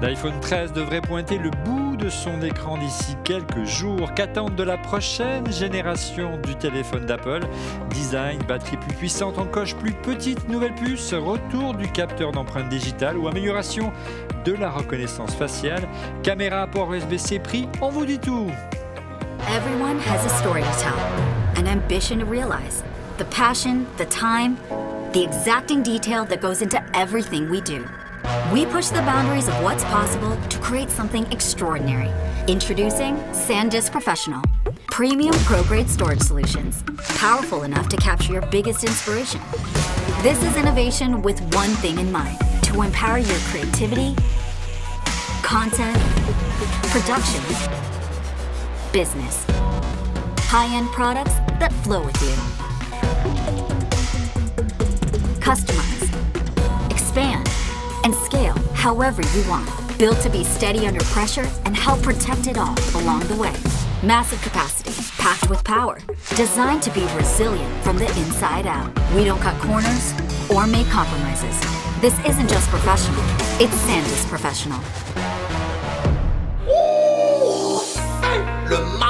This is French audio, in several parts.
L'iPhone 13 devrait pointer le bout de son écran d'ici quelques jours. Qu'attendre de la prochaine génération du téléphone d'Apple? Design, batterie plus puissante, encoche plus petite, nouvelle puce, retour du capteur d'empreinte digitale ou amélioration de la reconnaissance faciale. Caméra à port USB-C, prix, on vous dit tout. Everyone has a story to tell, an ambition to realize, the passion, the time, the exacting detail that goes into everything we do. We push the boundaries of what's possible to create something extraordinary. Introducing SanDisk Professional. Premium pro-grade storage solutions. Powerful enough to capture your biggest inspiration. This is innovation with one thing in mind, to empower your creativity, content, production, business. High-end products that flow with you. Customize, expand, and scale however you want. Built to be steady under pressure and help protect it all along the way. Massive capacity, packed with power. Designed to be resilient from the inside out. We don't cut corners or make compromises. This isn't just professional, it's SanDisk Professional. Le Mac.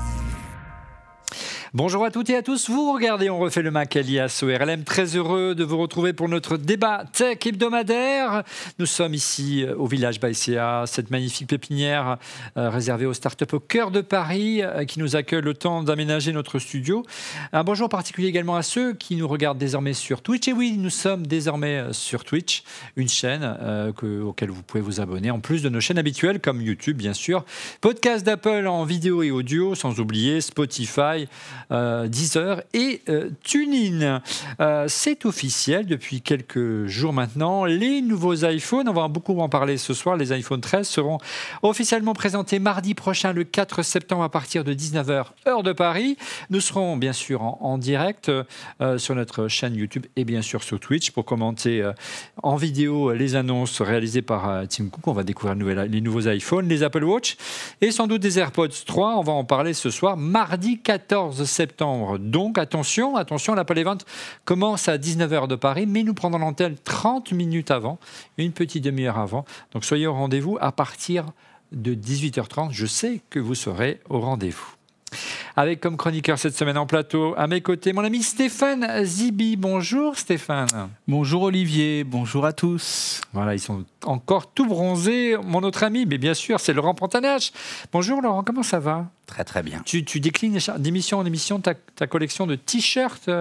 Bonjour à toutes et à tous, vous regardez On refait le Mac alias ORLM, très heureux de vous retrouver pour notre débat tech hebdomadaire. Nous sommes ici au village Baïséa, cette magnifique pépinière réservée aux startups au cœur de Paris qui nous accueille le temps d'aménager notre studio. Un bonjour particulier également à ceux qui nous regardent désormais sur Twitch. Et oui, nous sommes désormais sur Twitch, une chaîne auquel vous pouvez vous abonner, en plus de nos chaînes habituelles comme YouTube bien sûr, podcast d'Apple en vidéo et audio, sans oublier Spotify, Deezer et TuneIn. C'est officiel depuis quelques jours maintenant. Les nouveaux iPhones, on va beaucoup en parler ce soir, les iPhone 13 seront officiellement présentés mardi prochain, le 4 septembre à partir de 19h, heure de Paris. Nous serons bien sûr en direct sur notre chaîne YouTube et bien sûr sur Twitch pour commenter en vidéo les annonces réalisées par Tim Cook. On va découvrir les nouveaux iPhones, les Apple Watch et sans doute des AirPods 3. On va en parler ce soir, mardi 14 septembre. Donc attention, l'Apple Event commence à 19h de Paris, mais nous prendrons l'antenne 30 minutes avant, une petite demi-heure avant. Donc soyez au rendez-vous à partir de 18h30. Je sais que vous serez au rendez-vous. Avec comme chroniqueur cette semaine en plateau, à mes côtés, mon ami Stéphane Zibi. Bonjour Stéphane. Bonjour Olivier, bonjour à tous. Voilà, ils sont encore tout bronzés. Mon autre ami, mais bien sûr, c'est Laurent Pantanache. Bonjour Laurent, comment ça va ? Très très bien. Tu déclines d'émission en émission ta collection de t-shirts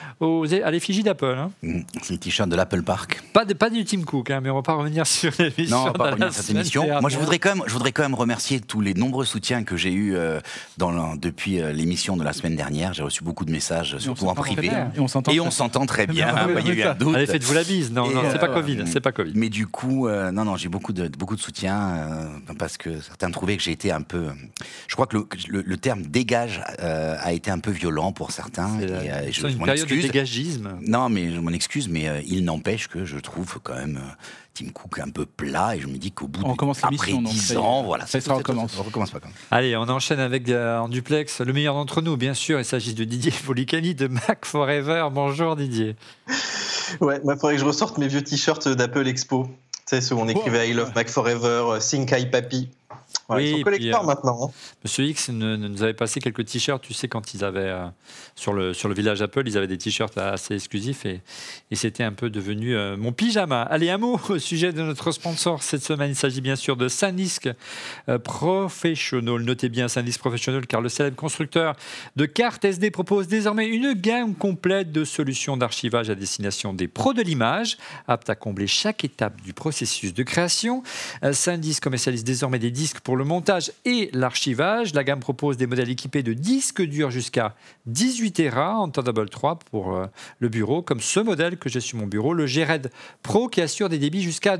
à l'effigie d'Apple. Hein. C'est le t-shirt de l'Apple Park. Pas du Tim Cook, hein, mais on ne va pas revenir sur l'émission. Non, on va pas revenir sur cette émission. Moi, je voudrais quand même remercier tous les nombreux soutiens que j'ai eus depuis l'émission de la semaine dernière. J'ai reçu beaucoup de messages, surtout en privé. Et on s'entend très bien. Il y a eu un doute. Allez, faites-vous la bise. Non, c'est pas Covid. C'est pas Covid. Mais du coup, j'ai beaucoup de soutien parce que certains trouvaient que j'ai été un peu. Je crois que le terme dégage a été un peu violent pour certains. C'est une période de dégagisme. Non, mais je m'en excuse, mais il n'empêche que je trouve quand même Tim Cook un peu plat et je me dis qu'au bout après 10 ans, voilà, ça recommence. On recommence pas comme ça. Allez, on enchaîne avec en duplex le meilleur d'entre nous, bien sûr. Il s'agit de Didier Policani de Mac Forever. Bonjour Didier. Ouais, il faudrait que je ressorte mes vieux t-shirts d'Apple Expo. Tu sais, ceux où on écrivait I love Mac Forever, Think I Papi. Ouais, oui, ils sont collecteurs maintenant. Monsieur X nous avait passé quelques t-shirts, tu sais, quand ils avaient sur le village Apple, ils avaient des t-shirts assez exclusifs et c'était un peu devenu mon pyjama. Allez, un mot au sujet de notre sponsor cette semaine. Il s'agit bien sûr de SanDisk Professional. Notez bien SanDisk Professional car le célèbre constructeur de cartes SD propose désormais une gamme complète de solutions d'archivage à destination des pros de l'image, aptes à combler chaque étape du processus de création. SanDisk commercialise désormais des disques pour le montage et l'archivage. La gamme propose des modèles équipés de disques durs jusqu'à 18 Tera en Thunderbolt 3 pour le bureau, comme ce modèle que j'ai sur mon bureau, le G-Red Pro, qui assure des débits jusqu'à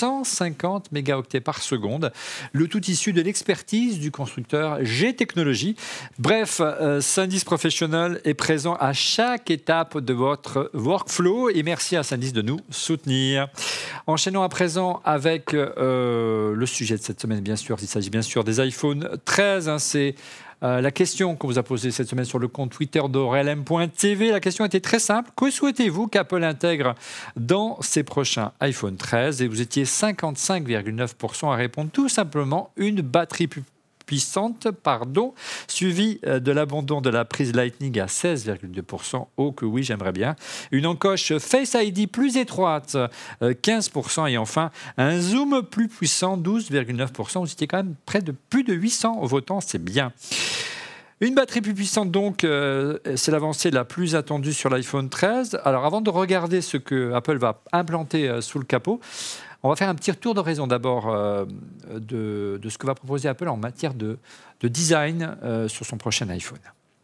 250 mégaoctets par seconde. Le tout issu de l'expertise du constructeur G-Technology. Bref, SanDisk Professional est présent à chaque étape de votre workflow et merci à SanDisk de nous soutenir. Enchaînons à présent avec le sujet de cette semaine, bien sûr. Il s'agit bien sûr des iPhone 13. C'est La question qu'on vous a posée cette semaine sur le compte Twitter d'AurelM.tv, la question était très simple. Que souhaitez-vous qu'Apple intègre dans ses prochains iPhone 13 ? Et vous étiez 55,9% à répondre tout simplement une batterie plus puissante, suivi de l'abandon de la prise Lightning à 16,2%. Oh que oui, j'aimerais bien. Une encoche Face ID plus étroite, 15%. Et enfin, un zoom plus puissant, 12,9%. Vous étiez quand même près de plus de 800 votants, c'est bien. Une batterie plus puissante, donc, c'est l'avancée la plus attendue sur l'iPhone 13. Alors, avant de regarder ce que Apple va implanter sous le capot, on va faire un petit tour d'horizon d'abord de ce que va proposer Apple en matière de design sur son prochain iPhone.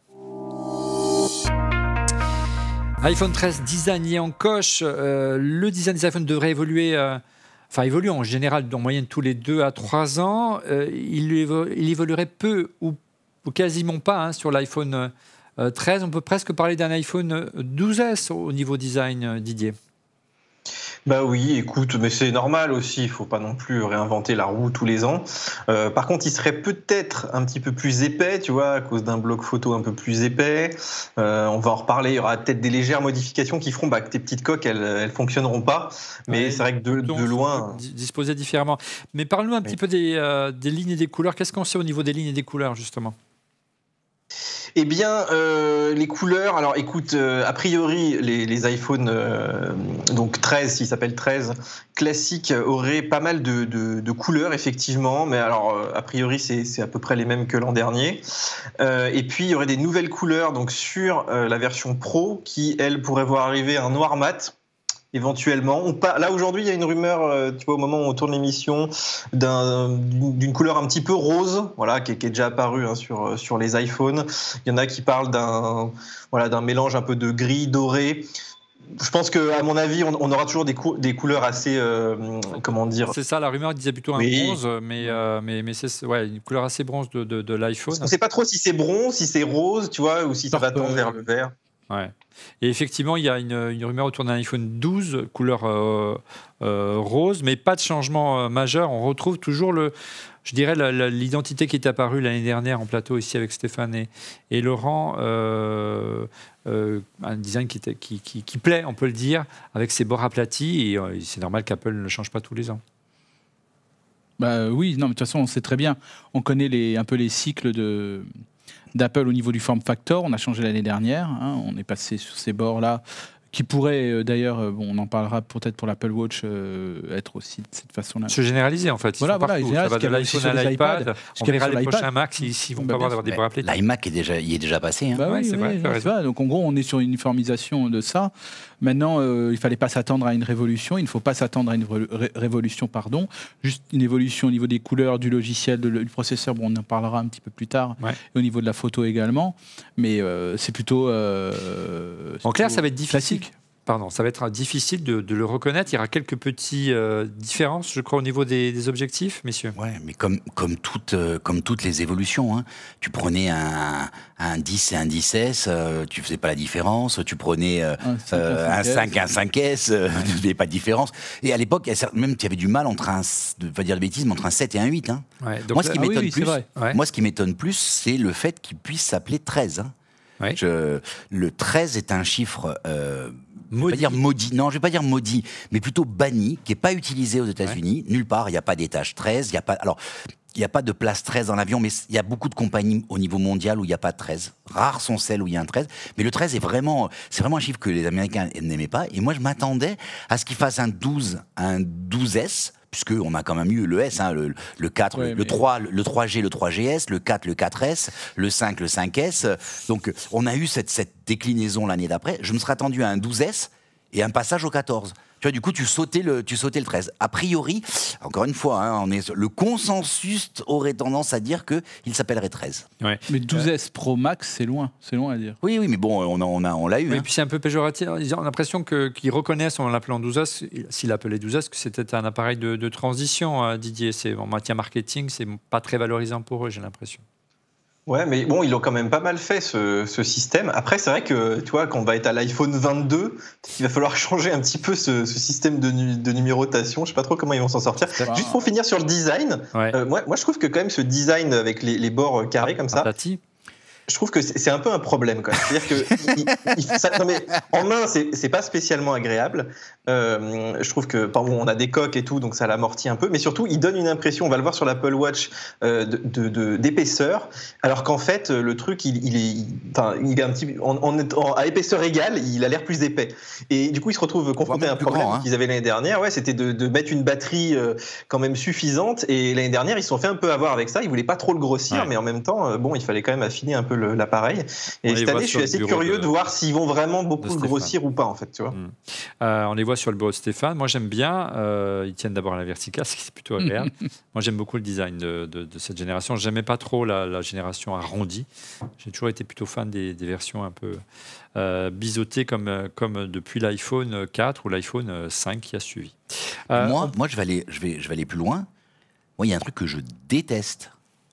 iPhone 13 designé en coche. Le design des iPhones devrait évoluer... évolue en général en moyenne tous les 2 à 3 ans. Il évoluerait peu ou quasiment pas sur l'iPhone 13. On peut presque parler d'un iPhone 12S au niveau design, Didier. Bah oui, écoute, mais c'est normal aussi, il faut pas non plus réinventer la roue tous les ans. Par contre, il serait peut-être un petit peu plus épais, tu vois, à cause d'un bloc photo un peu plus épais. On va en reparler, il y aura peut-être des légères modifications qui feront que tes petites coques, elles fonctionneront pas. Mais c'est vrai que de loin... Disposer différemment. Mais parle-nous un petit peu des lignes et des couleurs. Qu'est-ce qu'on sait au niveau des lignes et des couleurs, justement ? Eh bien, les couleurs, alors écoute, a priori, les iPhones donc 13, s'ils s'appellent 13, classiques, auraient pas mal de couleurs, effectivement, mais alors, a priori, c'est à peu près les mêmes que l'an dernier. Et puis, il y aurait des nouvelles couleurs donc, sur la version Pro qui, elle, pourrait voir arriver un noir mat. Éventuellement. Là, aujourd'hui, il y a une rumeur, tu vois, au moment où on tourne l'émission, d'une couleur un petit peu rose, voilà, qui est déjà apparue sur les iPhones. Il y en a qui parlent d'un mélange un peu de gris doré. Je pense qu'à mon avis, on aura toujours des couleurs assez, comment dire... C'est ça, la rumeur disait plutôt un bronze, mais c'est une couleur assez bronze de l'iPhone. On ne sait pas trop si c'est bronze, si c'est rose, tu vois, ou si ça va tendre vers le vert. Ouais. Et effectivement, il y a une rumeur autour d'un iPhone 12 couleur rose, mais pas de changement majeur. On retrouve toujours l'identité qui est apparue l'année dernière en plateau ici avec Stéphane et Laurent. Un design qui plaît, on peut le dire, avec ses bords aplatis. Et c'est normal qu'Apple ne change pas tous les ans. Bah oui, non, mais de toute façon, on sait très bien. On connaît un peu les cycles d'Apple au niveau du form factor. On a changé l'année dernière. On est passé sur ces bords-là qui pourraient d'ailleurs, on en parlera peut-être pour l'Apple Watch, être aussi de cette façon-là. Se généraliser en fait. Voilà, ça va de l'iPhone à l'iPad. On verra les prochains Mac s'ils vont pas avoir des bords aplatis. L'iMac il est déjà passé. Oui, c'est vrai. Donc en gros, on est sur une uniformisation de ça. Maintenant, il ne fallait pas s'attendre à une révolution. Il ne faut pas s'attendre à une révolution, pardon. Juste une évolution au niveau des couleurs, du logiciel, du processeur. Bon, on en parlera un petit peu plus tard. Ouais. Et au niveau de la photo également. Mais c'est plutôt... en clair, ça va être difficile. Pardon, ça va être difficile de le reconnaître. Il y aura quelques petites différences, je crois, au niveau des objectifs, messieurs. Ouais, mais comme toutes les évolutions, tu prenais un 10 et un 10S, tu faisais pas la différence. Tu prenais un 5 et un 5S, tu faisais pas de différence. Et à l'époque, même tu avais du mal entre un 7 et un 8. Ouais, donc moi, ce qui m'étonne plus, c'est le fait qu'il puisse s'appeler 13. Ouais. Le 13 est un chiffre... je vais pas dire maudit, mais plutôt banni, qui n'est pas utilisé aux États-Unis. Ouais. Nulle part, il n'y a pas d'étage 13, il n'y a pas de place 13 dans l'avion, mais il y a beaucoup de compagnies au niveau mondial où il n'y a pas de 13. Rares sont celles où il y a un 13. Mais le 13 c'est vraiment un chiffre que les Américains n'aimaient pas. Et moi, je m'attendais à ce qu'ils fassent un 12S, puisqu'on a quand même eu le S, le 4, le 3, le 3G, le 3GS, le 4, le 4S, le 5, le 5S. Donc, on a eu cette déclinaison l'année d'après. Je me serais attendu à un 12S et un passage au 14. Tu vois, du coup, tu sautais le 13. A priori, encore une fois, le consensus aurait tendance à dire qu'il s'appellerait 13. Ouais. Mais 12S Pro Max, c'est loin à dire. Oui, mais bon, on l'a eu. Et puis c'est un peu péjoratif. Ils ont l'impression qu'ils reconnaissent, en l'appelant 12S, s'ils l'appelaient 12S, que c'était un appareil de transition, Didier. En matière marketing, c'est pas très valorisant pour eux, j'ai l'impression. Ouais, mais bon, ils l'ont quand même pas mal fait, ce système. Après, c'est vrai que, tu vois, quand on va être à l'iPhone 22, il va falloir changer un petit peu ce système de numérotation. Je sais pas trop comment ils vont s'en sortir. Juste pour finir sur le design, moi, je trouve que quand même ce design avec les bords carrés comme ça, je trouve que c'est un peu un problème, quand même. C'est-à-dire que non mais, en main, c'est pas spécialement agréable. Je trouve que, bon, on a des coques et tout, donc ça l'amortit un peu. Mais surtout, il donne une impression, on va le voir sur l'Apple Watch, d'épaisseur. Alors qu'en fait, le truc, il est un petit, à épaisseur égale, il a l'air plus épais. Et du coup, il se retrouve confronté à un problème qu'ils avaient l'année dernière. Ouais, c'était de mettre une batterie quand même suffisante. Et l'année dernière, ils se sont fait un peu avoir avec ça. Ils voulaient pas trop le grossir, mais en même temps, bon, il fallait quand même affiner un peu l'appareil. Et cette année, je suis assez curieux de voir s'ils vont vraiment beaucoup le grossir ou pas, en fait, tu vois. On les voit sur le bureau de Stéphane. Moi, j'aime bien. Ils tiennent d'abord à la verticale, ce qui est plutôt agréable. Moi, j'aime beaucoup le design de cette génération. J'aimais pas trop la génération arrondie. J'ai toujours été plutôt fan des versions un peu biseautées comme depuis l'iPhone 4 ou l'iPhone 5 qui a suivi. Moi, je vais aller plus loin. Moi, il y a un truc que je déteste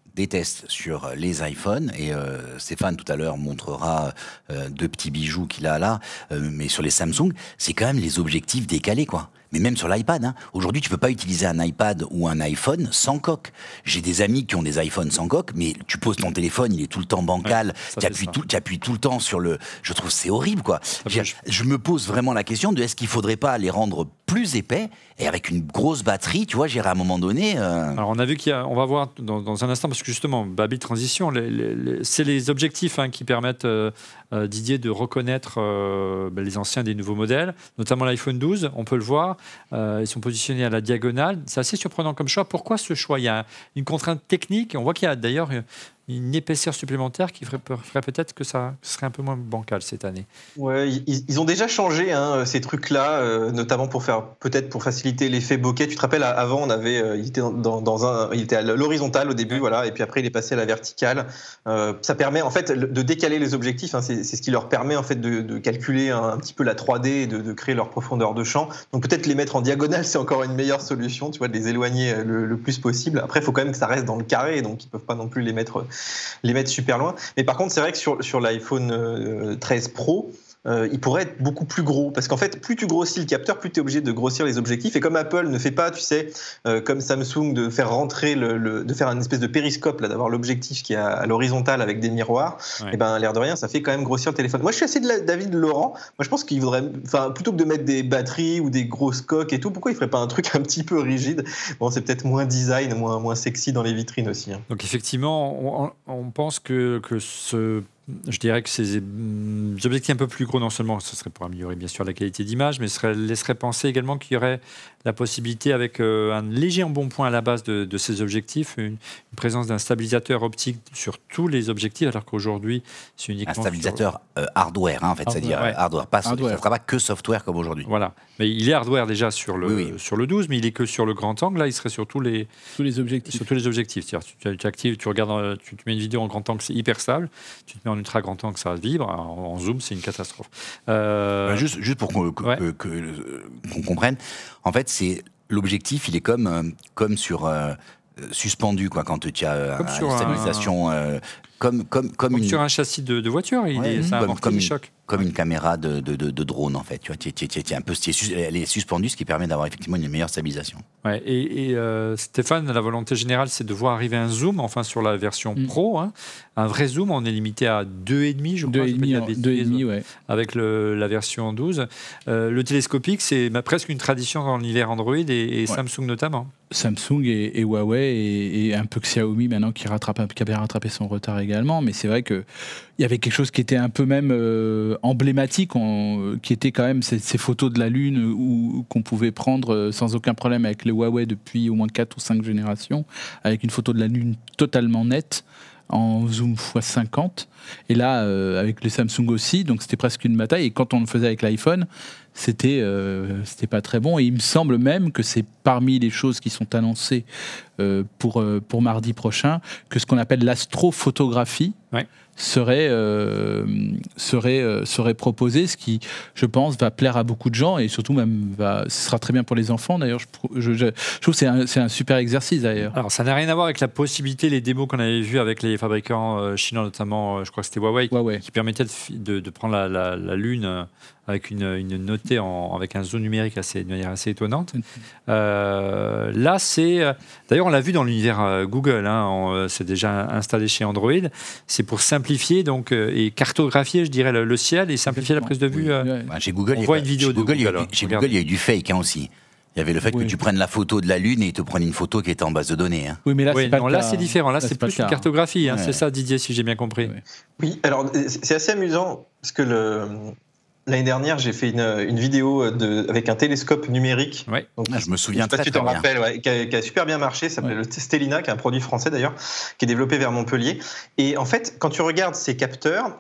sur les iPhones, et Stéphane tout à l'heure montrera deux petits bijoux qu'il a là, mais sur les Samsung, c'est quand même les objectifs décalés, quoi. Mais même sur l'iPad, hein. Aujourd'hui, tu peux pas utiliser un iPad ou un iPhone sans coque. J'ai des amis qui ont des iPhones sans coque, mais tu poses ton téléphone, il est tout le temps bancal, tu appuies tout le temps sur le... Je trouve que c'est horrible, quoi. Je me pose vraiment la question de est-ce qu'il faudrait pas les rendre plus épais, et avec une grosse batterie, tu vois, j'irai à un moment donné... Alors, on a vu on va voir dans un instant, parce que justement, Baby Transition, c'est les objectifs qui permettent, Didier, de reconnaître les anciens des nouveaux modèles, notamment l'iPhone 12, on peut le voir. Ils sont positionnés à la diagonale. C'est assez surprenant comme choix. Pourquoi ce choix? Il y a une contrainte technique. On voit qu'il y a d'ailleurs une épaisseur supplémentaire qui ferait peut-être que ça serait un peu moins bancal cette année. Ouais, ils ont déjà changé ces trucs-là, notamment pour faciliter l'effet bokeh. Tu te rappelles, avant, il était à l'horizontale au début, voilà, et puis après il est passé à la verticale. Ça permet en fait de décaler les objectifs. C'est ce qui leur permet en fait de calculer un petit peu la 3D et de créer leur profondeur de champ. Donc peut-être les mettre en diagonale, c'est encore une meilleure solution, tu vois, de les éloigner le plus possible. Après, il faut quand même que ça reste dans le carré, donc ils peuvent pas non plus les mettre super loin. Mais par contre, c'est vrai que sur l'iPhone 13 Pro, il pourrait être beaucoup plus gros, parce qu'en fait, plus tu grossis le capteur, plus tu es obligé de grossir les objectifs. Et comme Apple ne fait pas, tu sais, comme Samsung, de faire rentrer de faire une espèce de périscope, là, d'avoir l'objectif qui est à l'horizontale avec des miroirs, et ben l'air de rien, ça fait quand même grossir le téléphone. Moi, je suis assez d'avis de Laurent. Moi, je pense qu'il faudrait, plutôt que de mettre des batteries ou des grosses coques et tout, pourquoi il ferait pas un truc un petit peu rigide? Bon, c'est peut-être moins design, moins sexy dans les vitrines aussi. Donc effectivement, on pense que je dirais que ces objectifs un peu plus gros, non seulement ce serait pour améliorer bien sûr la qualité d'image, mais laisserait penser également qu'il y aurait la possibilité, avec un léger embonpoint à la base de ces objectifs, une présence d'un stabilisateur optique sur tous les objectifs, alors qu'aujourd'hui c'est uniquement un stabilisateur hardware, en fait, c'est-à-dire hardware, ça ne sera pas que software comme aujourd'hui. Voilà, mais il est hardware déjà sur le 12, mais il est que sur le grand angle. Là, il serait sur tous les objectifs. Sur tous les objectifs. Tu actives, tu regardes, tu mets une vidéo en grand angle, c'est hyper stable. Tu te mets en ultra grand angle, ça vibre. En zoom, c'est une catastrophe. Juste pour qu'on comprenne, en fait, c'est l'objectif, il est comme sur suspendu, quoi, quand tu as une stabilisation, comme sur un châssis de voiture, ça amortit les chocs. Comme une caméra de drone, en fait. Tu vois, elle est suspendue, ce qui permet d'avoir effectivement une meilleure stabilisation. Ouais, et Stéphane, la volonté générale, c'est de voir arriver un zoom, enfin sur la version Pro, un vrai zoom. On est limité à 2,5, je crois. 2,5, ouais. Avec la version 12. Le télescopique, c'est presque une tradition dans l'univers Android et Samsung notamment. Samsung et Huawei et un peu Xiaomi maintenant qui a bien rattrapé son retard également. Mais c'est vrai qu'il y avait quelque chose qui était un peu même emblématique, qui était quand même ces photos de la Lune qu'on pouvait prendre sans aucun problème avec le Huawei depuis au moins 4 ou 5 générations, avec une photo de la Lune totalement nette, en zoom x50, et là avec le Samsung aussi, donc c'était presque une bataille. Et quand on le faisait avec l'iPhone, c'était pas très bon. Et il me semble même que c'est parmi les choses qui sont annoncées pour mardi prochain, que ce qu'on appelle l'astrophotographie serait proposé, ce qui, je pense, va plaire à beaucoup de gens et surtout même ce sera très bien pour les enfants. D'ailleurs, je trouve que c'est un super exercice d'ailleurs. Alors, ça n'a rien à voir avec la possibilité, les démos qu'on avait vues avec les fabricants chinois, notamment, je crois que c'était Huawei, qui permettait de prendre la Lune avec une notée avec un zoom numérique de manière assez étonnante. Là, d'ailleurs, on l'a vu dans l'univers Google, c'est déjà installé chez Android. C'est pour simplifier donc, et cartographier, je dirais, le ciel et simplifier la prise de vue. Chez Google, on voit une vidéo de Google. Chez Google, il y a eu du fake aussi. Il y avait le fait que tu prennes la photo de la Lune et ils te prennent une photo qui était en base de données. Hein. Oui, mais là, c'est différent. Là, c'est plus une cartographie. C'est ça, Didier, si j'ai bien compris. Oui, alors c'est assez amusant parce que l'année dernière, j'ai fait une vidéo avec un télescope numérique. Donc, je me souviens très, très bien. Je sais pas si tu t'en rappelles, qui a super bien marché. Ça s'appelle le Stellina, qui est un produit français d'ailleurs, qui est développé vers Montpellier. Et en fait, quand tu regardes ces capteurs,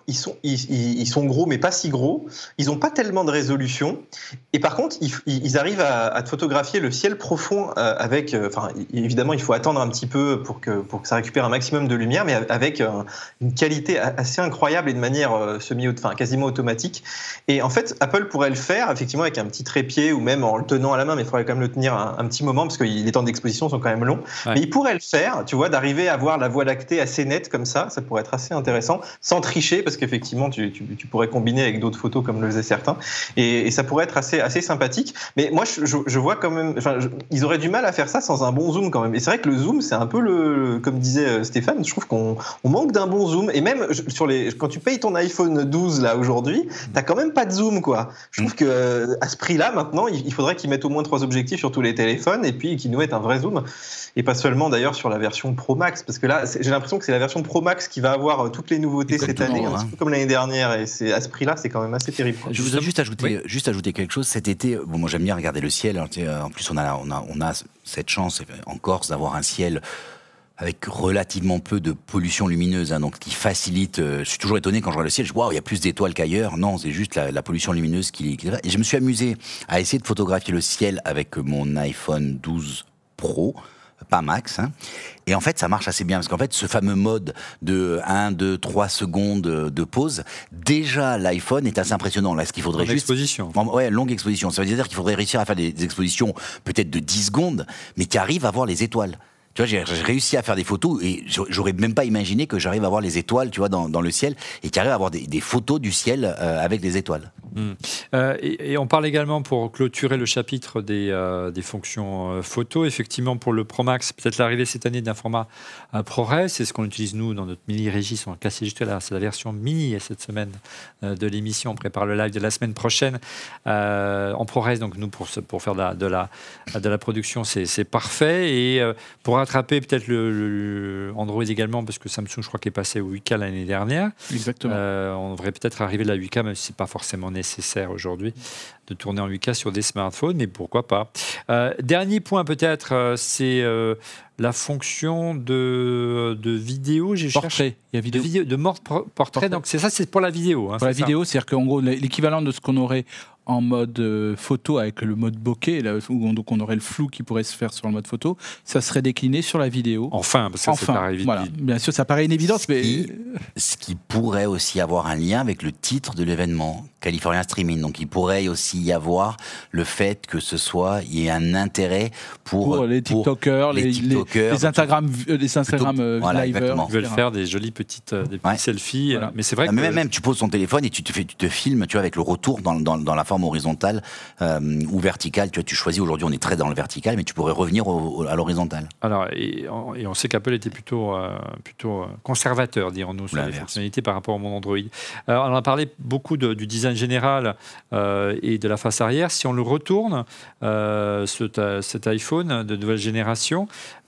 ils sont gros, mais pas si gros. Ils n'ont pas tellement de résolution. Et par contre, ils arrivent à te photographier le ciel profond avec. Évidemment, il faut attendre un petit peu pour que ça récupère un maximum de lumière, mais avec une qualité assez incroyable et de manière quasiment automatique. Et en fait, Apple pourrait le faire, effectivement, avec un petit trépied ou même en le tenant à la main, mais il faudrait quand même le tenir un petit moment parce que les temps d'exposition sont quand même longs. Mais il pourrait le faire, tu vois, d'arriver à voir la Voie lactée assez nette comme ça pourrait être assez intéressant, sans tricher, parce qu'effectivement, tu pourrais combiner avec d'autres photos comme le faisaient certains, et ça pourrait être assez sympathique. Mais moi, je vois quand même, ils auraient du mal à faire ça sans un bon zoom quand même. Et c'est vrai que le zoom, c'est un peu comme disait Stéphane, je trouve qu'on manque d'un bon zoom. Et même quand tu payes ton iPhone 12 là aujourd'hui, t'as quand même pas de zoom, quoi. Je trouve que à ce prix-là, maintenant, il faudrait qu'ils mettent au moins 3 objectifs sur tous les téléphones et puis qu'ils nous mettent un vrai zoom. Et pas seulement d'ailleurs sur la version Pro Max, parce que là, j'ai l'impression que c'est la version Pro Max qui va avoir toutes les nouveautés cette année, un petit peu comme l'année dernière. Et à ce prix-là, c'est quand même assez terrible. Je voudrais juste ajouter quelque chose. Cet été, moi j'aime bien regarder le ciel. En plus, on a cette chance en Corse d'avoir un ciel avec relativement peu de pollution lumineuse, donc qui facilite. Je suis toujours étonné quand je regarde le ciel, je dis waouh, il y a plus d'étoiles qu'ailleurs. Non, c'est juste la pollution lumineuse qui. Et je me suis amusé à essayer de photographier le ciel avec mon iPhone 12 Pro, pas Max. Et en fait, ça marche assez bien parce qu'en fait, ce fameux mode de 1, 2, 3 secondes de pause, déjà l'iPhone est assez impressionnant. Là, ce qu'il faudrait juste. Exposition. Longue exposition. Ça veut dire qu'il faudrait réussir à faire des expositions peut-être de 10 secondes, mais qui arrivent à voir les étoiles. Tu vois, j'ai réussi à faire des photos et j'aurais même pas imaginé que j'arrive à voir les étoiles, tu vois, dans le ciel, et qu'il arrive à avoir des photos du ciel avec des étoiles. Et on parle également, pour clôturer le chapitre des fonctions photo, effectivement pour le Pro Max, peut-être l'arrivée cette année d'un format ProRes, c'est ce qu'on utilise nous dans notre mini-régie, on va casser juste là, c'est la version mini cette semaine de l'émission, on prépare le live de la semaine prochaine en ProRes, donc nous pour faire de la production c'est parfait, et pour rattraper peut-être le Android également, parce que Samsung je crois qu'il est passé au 8K l'année dernière. Exactement. On devrait peut-être arriver à la 8K, même si c'est pas forcément nécessaire aujourd'hui de tourner en 8K sur des smartphones, mais pourquoi pas. Dernier point peut-être, c'est la fonction de vidéo. Portrait. Il y a vidéo. De portrait. Donc c'est pour la vidéo. Pour la vidéo, c'est-à-dire qu'en gros, l'équivalent de ce qu'on aurait en mode photo avec le mode bokeh, là où donc on aurait le flou qui pourrait se faire sur le mode photo, ça serait décliné sur la vidéo. Enfin, parce que ça paraît vite. Voilà. Bien sûr, ça paraît une évidence, mais ce qui pourrait aussi avoir un lien avec le titre de l'événement, California Streaming. Donc il pourrait aussi y avoir le fait que il y ait un intérêt pour les TikTokers, les Instagram livers. Ils veulent faire des jolies petites selfies. Voilà. Mais c'est vrai que même tu poses ton téléphone et tu te filmes, tu vois, avec le retour dans la forme horizontale ou verticale. Tu vois, tu choisis, aujourd'hui on est très dans le vertical, mais tu pourrais revenir à l'horizontale. Alors, et on sait qu'Apple était plutôt conservateur, dirons-nous, sur les fonctionnalités par rapport au monde Android. Alors, on a parlé beaucoup du design général et de la face arrière. Si on le retourne, cet iPhone de nouvelle génération,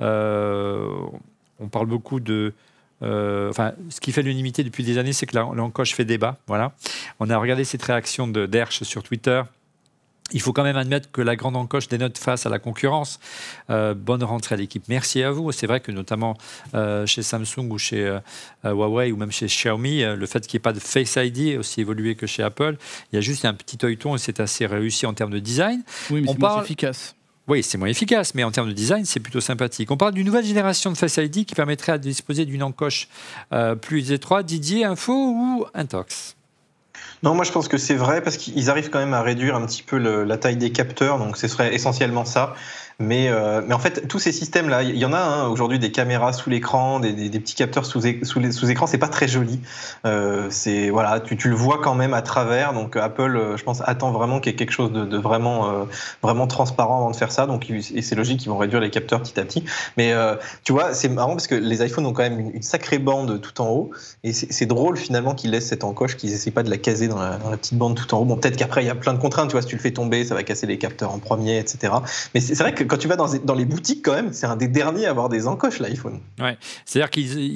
on parle beaucoup de... ce qui fait l'unanimité depuis des années, c'est que l'encoche fait débat. Voilà. On a regardé cette réaction d'Hersch sur Twitter, Il faut quand même admettre que la grande encoche dénote face à la concurrence. Bonne rentrée à l'équipe. Merci à vous. C'est vrai que notamment chez Samsung ou chez Huawei ou même chez Xiaomi, le fait qu'il n'y ait pas de Face ID est aussi évolué que chez Apple. Il y a juste un petit œilleton et c'est assez réussi en termes de design. Oui, mais c'est moins efficace. Oui, c'est moins efficace, mais en termes de design, c'est plutôt sympathique. On parle d'une nouvelle génération de Face ID qui permettrait de disposer d'une encoche plus étroite. Didier, info ou intox? Non, moi je pense que c'est vrai parce qu'ils arrivent quand même à réduire un petit peu la taille des capteurs, donc ce serait essentiellement ça. Mais en fait, tous ces systèmes-là, il y en a aujourd'hui des caméras sous l'écran, des petits capteurs sous écran, c'est pas très joli. C'est voilà, tu le vois quand même à travers. Donc Apple, je pense, attend vraiment qu'il y ait quelque chose de vraiment transparent avant de faire ça. Donc et c'est logique qu'ils vont réduire les capteurs petit à petit. Mais tu vois, c'est marrant parce que les iPhones ont quand même une sacrée bande tout en haut, et c'est drôle finalement qu'ils laissent cette encoche, qu'ils essaient pas de la caser dans la petite bande tout en haut. Bon, peut-être qu'après il y a plein de contraintes. Tu vois, si tu le fais tomber, ça va casser les capteurs en premier, etc. Mais c'est vrai que quand tu vas dans les boutiques, quand même, c'est un des derniers à avoir des encoches, l'iPhone. Ouais. C'est-à-dire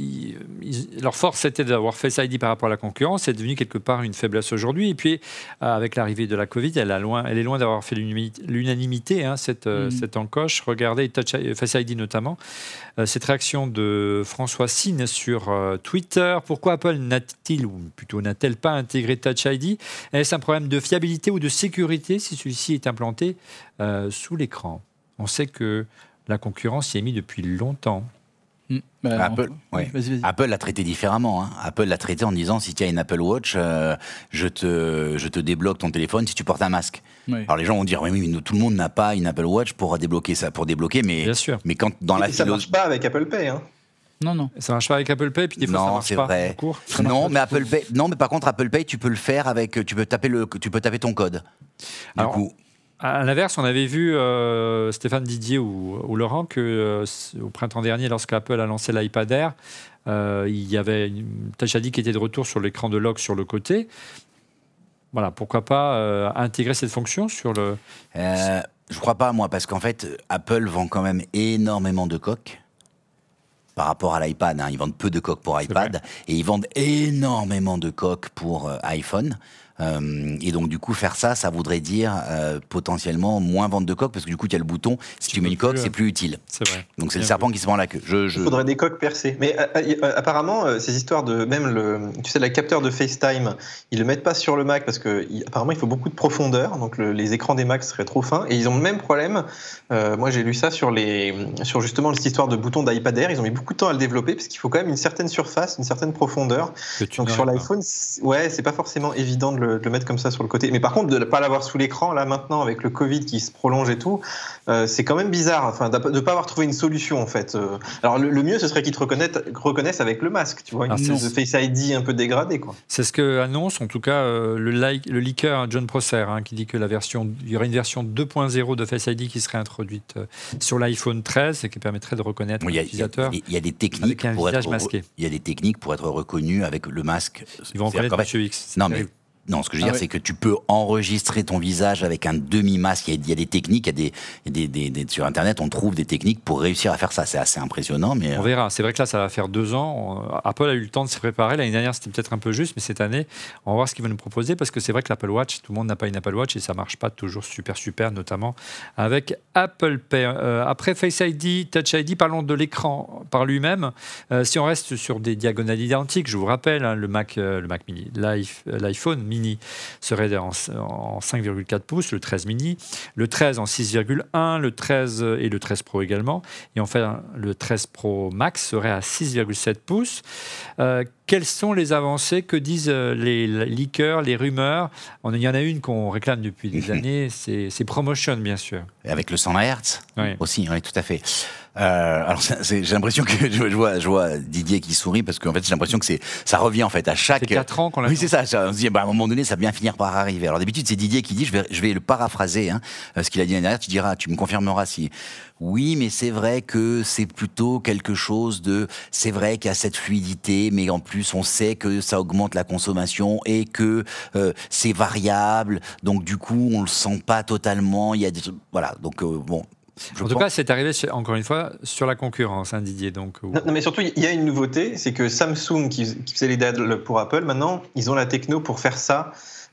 leur force, c'était d'avoir Face ID par rapport à la concurrence. C'est devenu quelque part une faiblesse aujourd'hui. Et puis, avec l'arrivée de la Covid, elle est loin d'avoir fait l'unanimité, hein, cette encoche. Regardez, Face ID notamment. Cette réaction de François Sine sur Twitter. Pourquoi Apple n'a-t-elle pas intégré Touch ID? Est-ce un problème de fiabilité ou de sécurité si celui-ci est implanté sous l'écran? On sait que la concurrence y est mise depuis longtemps. Apple, vas-y. Apple l'a traité différemment. Hein. Apple l'a traité en disant, si tu as une Apple Watch, je te débloque ton téléphone si tu portes un masque. Oui. Alors les gens vont dire, oui, mais tout le monde n'a pas une Apple Watch pour débloquer ça, mais bien sûr. Mais quand dans ça marche pas avec Apple Pay, hein. Non. Ça marche pas avec Apple Pay, puis des fois ça marche pas. Vrai. Mais par contre Apple Pay, tu peux le faire avec, tu peux taper ton code. Alors, coup. À l'inverse, on avait vu Stéphane Didier ou Laurent que au printemps dernier, lorsqu'Apple a lancé l'iPad Air, il y avait une Touch ID qui était de retour sur l'écran de lock sur le côté. Voilà, pourquoi pas intégrer cette fonction sur le... Je crois pas, moi, parce qu'en fait, Apple vend quand même énormément de coques par rapport à l'iPad. Hein. Ils vendent peu de coques pour iPad et ils vendent énormément de coques pour iPhone. Et donc, du coup, faire ça voudrait dire potentiellement moins vendre de coques, parce que du coup, il y a le bouton. Si tu mets une coque, c'est plus utile. C'est vrai. Donc, c'est le serpent qui se mord la queue. Il faudrait des coques percées. Mais apparemment, ces histoires de même le capteur de FaceTime, ils le mettent pas sur le Mac parce que apparemment, il faut beaucoup de profondeur. Donc, les écrans des Macs seraient trop fins. Et ils ont le même problème. Moi, j'ai lu ça sur justement cette histoire de bouton d'iPad Air. Ils ont mis beaucoup de temps à le développer parce qu'il faut quand même une certaine surface, une certaine profondeur. Donc, sur l'iPhone, c'est pas forcément évident de le mettre comme ça sur le côté. Mais par contre, de ne pas l'avoir sous l'écran, là maintenant, avec le Covid qui se prolonge et tout, c'est quand même bizarre, enfin, de ne pas avoir trouvé une solution, en fait. Alors, le mieux, ce serait qu'ils te reconnaissent avec le masque, tu vois, une espèce de Face ID un peu dégradé, quoi. C'est ce que annonce, en tout cas, le leaker John Prosser, hein, qui dit que il y aurait une version 2.0 de Face ID qui serait introduite sur l'iPhone 13 et qui permettrait de reconnaître l'utilisateur. Il y a des techniques avec un visage masqué. Il y a des techniques pour être reconnu avec le masque. Ils vont reconnaître Monsieur X. Non, ce que je veux dire, c'est que tu peux enregistrer ton visage avec un demi-masque. Il y a des techniques, sur Internet, on trouve des techniques pour réussir à faire ça. C'est assez impressionnant. Mais on verra. C'est vrai que là, ça va faire 2 ans. Apple a eu le temps de se préparer. L'année dernière, c'était peut-être un peu juste, mais cette année, on va voir ce qu'ils vont nous proposer, parce que c'est vrai que l'Apple Watch, tout le monde n'a pas une Apple Watch et ça marche pas toujours super, notamment avec Apple Pay. Après Face ID, Touch ID, parlons de l'écran par lui-même. Si on reste sur des diagonales identiques, je vous rappelle, hein, le Mac mini, l'iPhone mini serait en 5,4 pouces, le 13 mini, le 13 en 6,1, le 13 et le 13 Pro également, et enfin le 13 Pro Max serait à 6,7 pouces. Quelles sont les avancées? Que disent les leakers, les rumeurs? Il y en a une qu'on réclame depuis des années, c'est ProMotion, bien sûr. Avec le 100 Hz aussi, oui, tout à fait. Alors j'ai l'impression que je vois Didier qui sourit, parce qu'en fait j'ai l'impression que ça revient en fait à chaque... C'est 4 ans qu'on l'a... Oui, c'est ça. On se dit, à un moment donné, ça va bien finir par arriver. Alors d'habitude, c'est Didier qui dit, je vais le paraphraser, hein, ce qu'il a dit l'année dernière. Tu me confirmeras si... Oui, mais c'est vrai que c'est plutôt quelque chose de... C'est vrai qu'il y a cette fluidité, mais en plus, on sait que ça augmente la consommation et que c'est variable. Donc du coup, on le sent pas totalement. Il y a des... Voilà, donc bon... En tout cas, c'est arrivé, encore une fois, sur la concurrence, hein, Didier. Donc, non, mais surtout, il y a une nouveauté, c'est que Samsung, qui faisait les DAD pour Apple, maintenant, ils ont la techno pour faire ça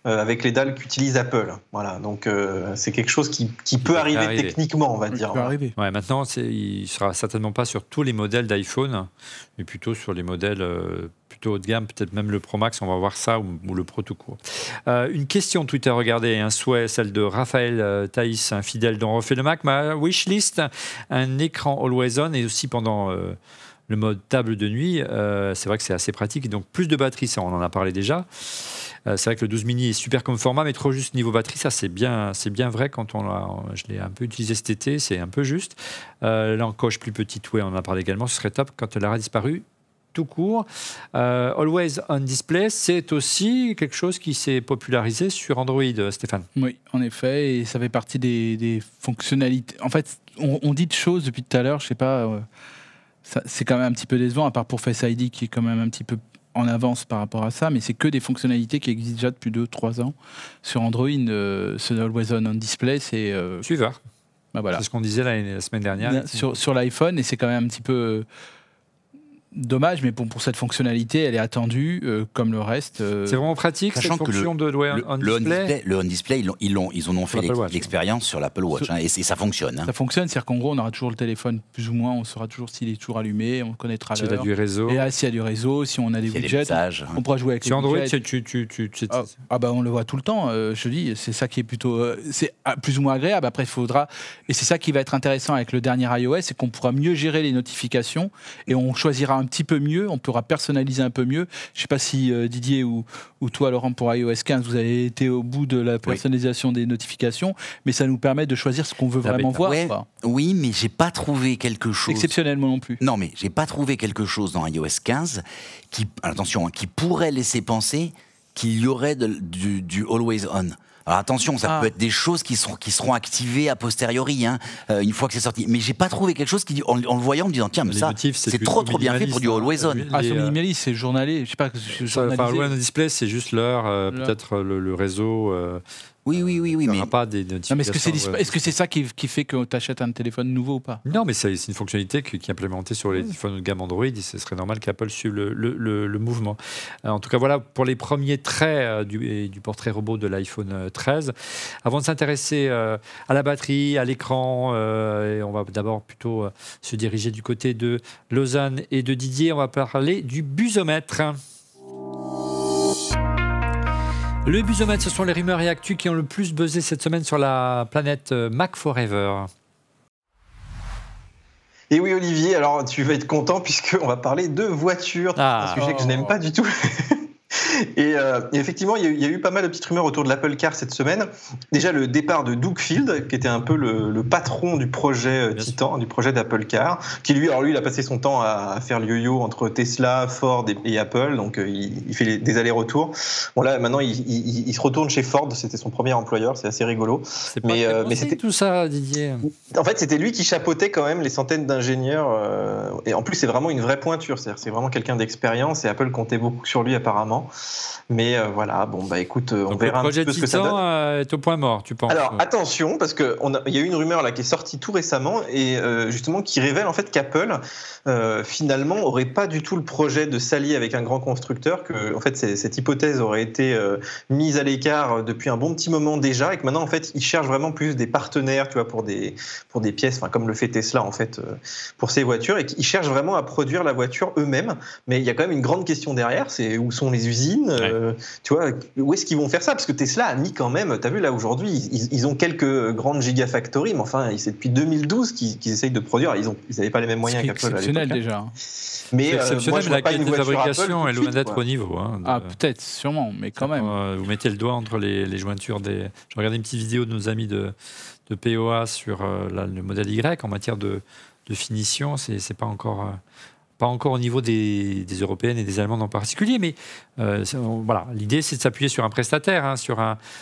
avec les dalles qu'utilise Apple. Voilà, donc c'est quelque chose qui peut arriver techniquement, on va dire. Ouais, maintenant, il ne sera certainement pas sur tous les modèles d'iPhone, mais plutôt sur les modèles plutôt haut de gamme, peut-être même le Pro Max, on va voir ça, ou le Pro tout court. Une question Twitter, regardez, un souhait, celle de Raphaël Thaïs, un fidèle dont on refait le Mac. Ma wishlist, un écran Always On, et aussi pendant le mode table de nuit, c'est vrai que c'est assez pratique, et donc plus de batterie, ça on en a parlé déjà. C'est vrai que le 12 mini est super comme format, mais trop juste niveau batterie, ça c'est bien vrai quand je l'ai un peu utilisé cet été, c'est un peu juste. L'encoche plus petite, ouais, on en a parlé également, ce serait top quand elle aura disparu tout court. Always on Display, c'est aussi quelque chose qui s'est popularisé sur Android, Stéphane. Oui, en effet, et ça fait partie des fonctionnalités. En fait, on dit de choses depuis tout à l'heure, je sais pas, c'est quand même un petit peu décevant, à part pour Face ID qui est quand même un petit peu en avance par rapport à ça, mais c'est que des fonctionnalités qui existent déjà depuis 2-3 ans. Sur Android, ce Always On Display, c'est... Suiveur. Bah voilà. C'est ce qu'on disait la semaine dernière. Sur l'iPhone, et c'est quand même un petit peu... dommage, mais pour cette fonctionnalité, elle est attendue comme le reste. C'est vraiment pratique, cette fonction de On Display. Le On Display, ils en ont fait l'expérience sur l'Apple Watch, et ça fonctionne. Ça fonctionne, c'est-à-dire qu'en gros, on aura toujours le téléphone, plus ou moins, on saura toujours s'il est toujours allumé, on connaîtra l'heure. S'il y a du réseau. Et là, s'il y a du réseau, si on a des widgets, on pourra jouer avec les widgets. Sur Android, on le voit tout le temps, je dis, c'est ça qui est plutôt... c'est plus ou moins agréable, après il faudra... Et c'est ça qui va être intéressant avec le dernier iOS, c'est qu'on pourra mieux gérer les notifications, et on choisira un petit peu mieux, on pourra personnaliser un peu mieux. Je ne sais pas si Didier ou toi, Laurent, pour iOS 15, vous avez été au bout de la personnalisation des notifications, mais ça nous permet de choisir ce qu'on veut vraiment voir. Oui, mais j'ai pas trouvé quelque chose... Exceptionnellement non plus. Non, mais j'ai pas trouvé quelque chose dans iOS 15 qui pourrait laisser penser qu'il y aurait du Always On. Alors attention, ça peut être des choses qui seront activées a posteriori, une fois que c'est sorti. Mais j'ai pas trouvé quelque chose qui, en le voyant, en me disant tiens, mais ça, c'est trop bien fait pour du Always On. Sur minimaliste, c'est journalier. Je sais pas. Always On Display, c'est juste l'heure, peut-être le réseau. Oui, mais pas des notifications. Non, mais est-ce que c'est ça qui fait que tu achètes un téléphone nouveau ou pas? Non, mais c'est une fonctionnalité qui est implémentée sur les téléphones de gamme Android, et ce serait normal qu'Apple suive le mouvement. En tout cas, voilà pour les premiers traits du portrait robot de l'iPhone 13. Avant de s'intéresser à la batterie, à l'écran, et on va d'abord plutôt se diriger du côté de Lausanne et de Didier, on va parler du busomètre. Le busomètre, ce sont les rumeurs et actus qui ont le plus buzzé cette semaine sur la planète Mac Forever. Et oui, Olivier, alors tu vas être content puisqu'on va parler de voitures, un sujet que je n'aime pas du tout. Et effectivement, il y a eu pas mal de petites rumeurs autour de l'Apple Car cette semaine. Déjà, le départ de Doug Field, qui était un peu le patron du projet Titan, du projet d'Apple Car, qui lui, il a passé son temps à faire le yo-yo entre Tesla, Ford et Apple, donc il fait des allers-retours. Bon là, maintenant, il se retourne chez Ford, c'était son premier employeur, c'est assez rigolo. C'est pas mais c'était tout ça, Didier. En fait, c'était lui qui chapeautait quand même les centaines d'ingénieurs, et en plus, c'est vraiment une vraie pointure, c'est-à-dire c'est vraiment quelqu'un d'expérience, et Apple comptait beaucoup sur lui apparemment. Mais voilà, bon bah écoute, on verra un petit peu ce que ça donne. Le projet Titan est au point mort, tu penses? Alors attention, parce que il y a eu une rumeur là qui est sortie tout récemment et justement qui révèle en fait qu'Apple finalement aurait pas du tout le projet de s'allier avec un grand constructeur, que en fait cette hypothèse aurait été mise à l'écart depuis un bon petit moment déjà, et que maintenant en fait ils cherchent vraiment plus des partenaires, tu vois, pour des pièces, enfin comme le fait Tesla en fait pour ses voitures, et qu'ils cherchent vraiment à produire la voiture eux-mêmes. Mais il y a quand même une grande question derrière, c'est où sont les usines? Tu vois, où est-ce qu'ils vont faire ça? Parce que Tesla a mis quand même, tu as vu là aujourd'hui, ils ont quelques grandes gigafactories, mais enfin, c'est depuis 202012 qu'ils essayent de produire. Ils n'avaient pas les mêmes moyens qu'Apple à l'époque. C'est exceptionnel déjà. Mais exceptionnel, mais la qualité de fabrication est loin d'être au niveau. Peut-être, sûrement, mais quand même. Vous mettez le doigt entre les jointures des... Je regardais une petite vidéo de nos amis de POA sur le modèle Y en matière de finition. C'est pas encore au niveau des européennes et des allemandes en particulier, mais voilà, l'idée c'est de s'appuyer sur un prestataire, sur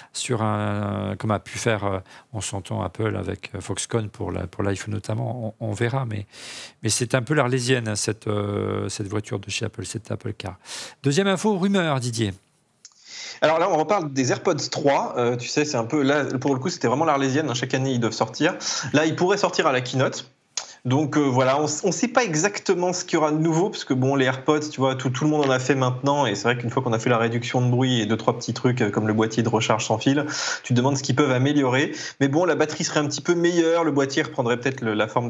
un comme a pu faire en son temps Apple avec Foxconn pour l'iPhone notamment. On verra, mais c'est un peu l'arlésienne cette voiture de chez Apple, cette Apple Car. Deuxième info, rumeur, Didier. Alors là, on reparle des AirPods 3. Tu sais, c'est un peu là pour le coup, c'était vraiment l'arlésienne. Chaque année, ils doivent sortir. Là, ils pourraient sortir à la keynote. Donc voilà, on ne sait pas exactement ce qu'il y aura de nouveau, parce que bon, les AirPods, tu vois, tout le monde en a fait maintenant, et c'est vrai qu'une fois qu'on a fait la réduction de bruit et 2-3 petits trucs comme le boîtier de recharge sans fil, tu te demandes ce qu'ils peuvent améliorer. Mais bon, la batterie serait un petit peu meilleure, le boîtier reprendrait peut-être la forme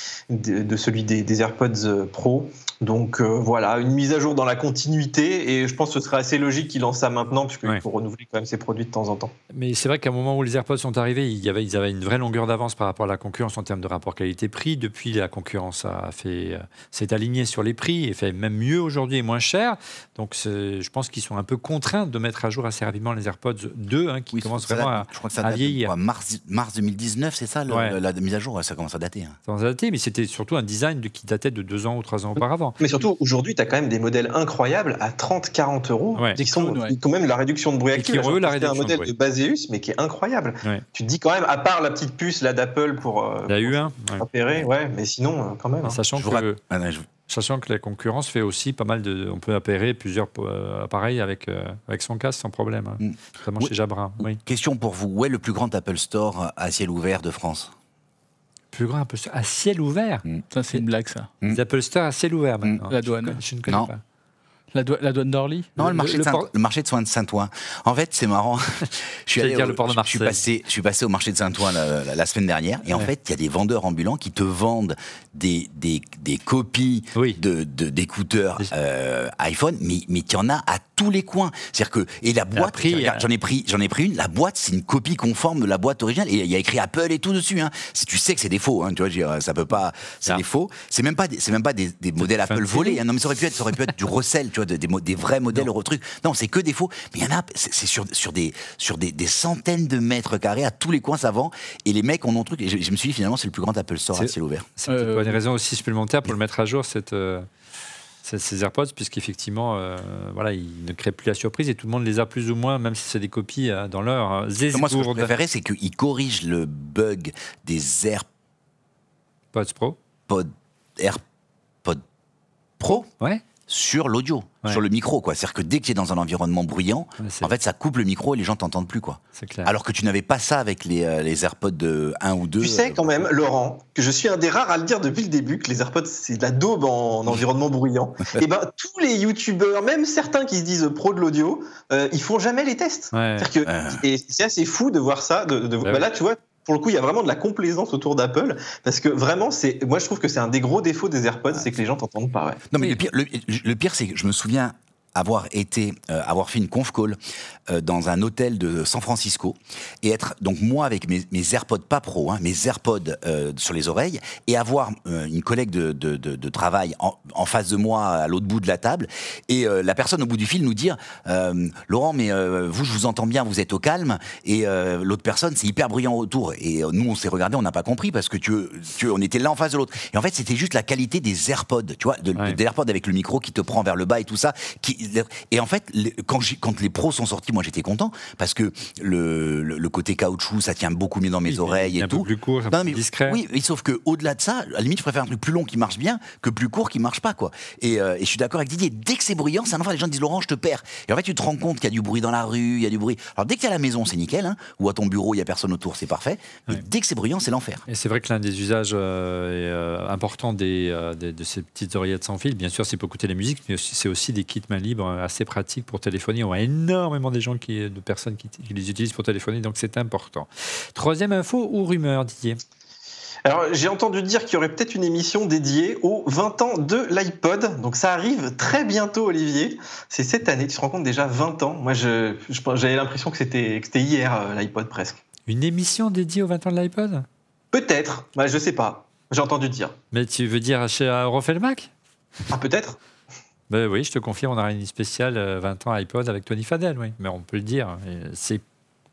de celui des AirPods Pro. Donc voilà, une mise à jour dans la continuité, et je pense que ce serait assez logique qu'ils lancent ça maintenant, puisqu'il faut renouveler quand même ses produits de temps en temps. Mais c'est vrai qu'à un moment où les AirPods sont arrivés, ils avaient une vraie longueur d'avance par rapport à la concurrence en termes de rapport qualité-prix. Depuis, la concurrence s'est alignée sur les prix et fait même mieux aujourd'hui et moins cher. Donc je pense qu'ils sont un peu contraints de mettre à jour assez rapidement les AirPods 2, qui commencent vraiment à vieillir. Mars 2019, c'est ça, la mise à jour, ça commence à dater. Ça commence à dater, mais c'était surtout un design qui datait de 2 ans ou 3 ans auparavant. Mais surtout, aujourd'hui, tu as quand même des modèles incroyables à 30-40 euros, qui sont quand même la réduction de bruit active. C'est un modèle de Baseus, mais qui est incroyable. Tu te dis quand même, à part la petite puce d'Apple pour appairer, mais sinon, quand même. Sachant que la concurrence fait aussi pas mal on peut appairer plusieurs appareils avec son casque sans problème, notamment chez Jabra. Question pour vous, où est le plus grand Apple Store à ciel ouvert de France ? Plus grand Apple Store à ciel ouvert. Ça, c'est une blague, ça. Les Apple Store à ciel ouvert maintenant. La douane. Je ne connais pas. La douane d'Orly ? Non, le marché de Saint-Ouen. En fait, c'est marrant. Je suis passé au marché de Saint-Ouen la semaine dernière, et en fait, il y a des vendeurs ambulants qui te vendent des copies d'écouteurs iPhone, mais il y en a à tous les coins. C'est-à-dire que, et la boîte, j'en ai pris une, la boîte, c'est une copie conforme de la boîte originale, et il y a écrit Apple et tout dessus. Si tu sais que c'est des faux, tu vois, ça peut pas, c'est des faux. C'est même pas des modèles Apple volés. Non, mais ça aurait pu être du recel, tu vois, des vrais modèles trucs. Non, c'est que des faux. Mais il y en a, c'est sur des centaines de mètres carrés, à tous les coins, ça vend. Et les mecs ont un truc. Et je me suis dit, finalement, c'est le plus grand Apple Store à ciel ouvert. C'est une raison aussi supplémentaire pour le mettre à jour, ces AirPods, puisqu'effectivement, ils ne créent plus la surprise et tout le monde les a plus ou moins, même si c'est des copies dans leur Moi, ce que je préférais, c'est qu'ils corrigent le bug des AirPods Pro. AirPods Pro. Sur l'audio, sur le micro, quoi. C'est-à-dire que dès que tu es dans un environnement bruyant, en fait, ça coupe le micro et les gens t'entendent plus, quoi. C'est clair. Alors que tu n'avais pas ça avec les AirPods de 1 ou 2. Tu sais quand même, Laurent, que je suis un des rares à le dire depuis le début, que les AirPods, c'est de la daube en environnement bruyant. Et tous les youtubeurs, même certains qui se disent pro de l'audio, ils font jamais les tests. Et c'est assez fou de voir ça. Là, tu vois, pour le coup, il y a vraiment de la complaisance autour d'Apple, parce que vraiment, moi je trouve que c'est un des gros défauts des AirPods, c'est que les gens t'entendent pas. Non, mais le pire, c'est que je me souviens avoir fait une conf call dans un hôtel de San Francisco, et être donc moi avec mes AirPods pas pro, mes AirPods sur les oreilles, et avoir une collègue de travail en face de moi à l'autre bout de la table, et la personne au bout du fil nous dire Laurent, mais vous, je vous entends bien, vous êtes au calme, et l'autre personne, c'est hyper bruyant autour. Et nous, on s'est regardé, on n'a pas compris, parce que on était l'un en face de l'autre. Et en fait, c'était juste la qualité des AirPods, tu vois, des AirPods avec le micro qui te prend vers le bas et tout ça. Et en fait, quand les pros sont sortis, moi j'étais content, parce que le côté caoutchouc, ça tient beaucoup mieux dans mes oreilles et tout. Un peu plus court, un peu plus discret. Oui, sauf qu'au-delà de ça, à la limite, je préfère un truc plus long qui marche bien que plus court qui marche pas, quoi. Et je suis d'accord avec Didier, dès que c'est bruyant, c'est enfin les gens disent Laurent, je te perds. Et en fait, tu te rends compte qu'il y a du bruit dans la rue, il y a du bruit. Alors dès que tu es à la maison, c'est nickel, ou à ton bureau, il y a personne autour, c'est parfait. Mais dès que c'est bruyant, c'est l'enfer. Et c'est vrai que l'un des usages importants de ces petites oreillettes sans fil, bien sûr, c'est pour écouter la musique, mais c'est aussi des kits main libre assez pratiques pour téléphoner. On a énormément de personnes qui les utilisent pour téléphoner, donc c'est important. Troisième info ou rumeur, Didier ? Alors, j'ai entendu dire qu'il y aurait peut-être une émission dédiée aux 20 ans de l'iPod. Donc, ça arrive très bientôt, Olivier. C'est cette année. Tu te rends compte, déjà 20 ans. Moi, j'avais l'impression que c'était hier, l'iPod, presque. Une émission dédiée aux 20 ans de l'iPod ? Peut-être. Je sais pas. J'ai entendu dire. Mais tu veux dire chez Refait le Mac ? Ah, peut-être. Ben oui, je te confirme, on aura une spéciale 20 ans iPod avec Tony Fadell, oui. Mais on peut le dire. C'est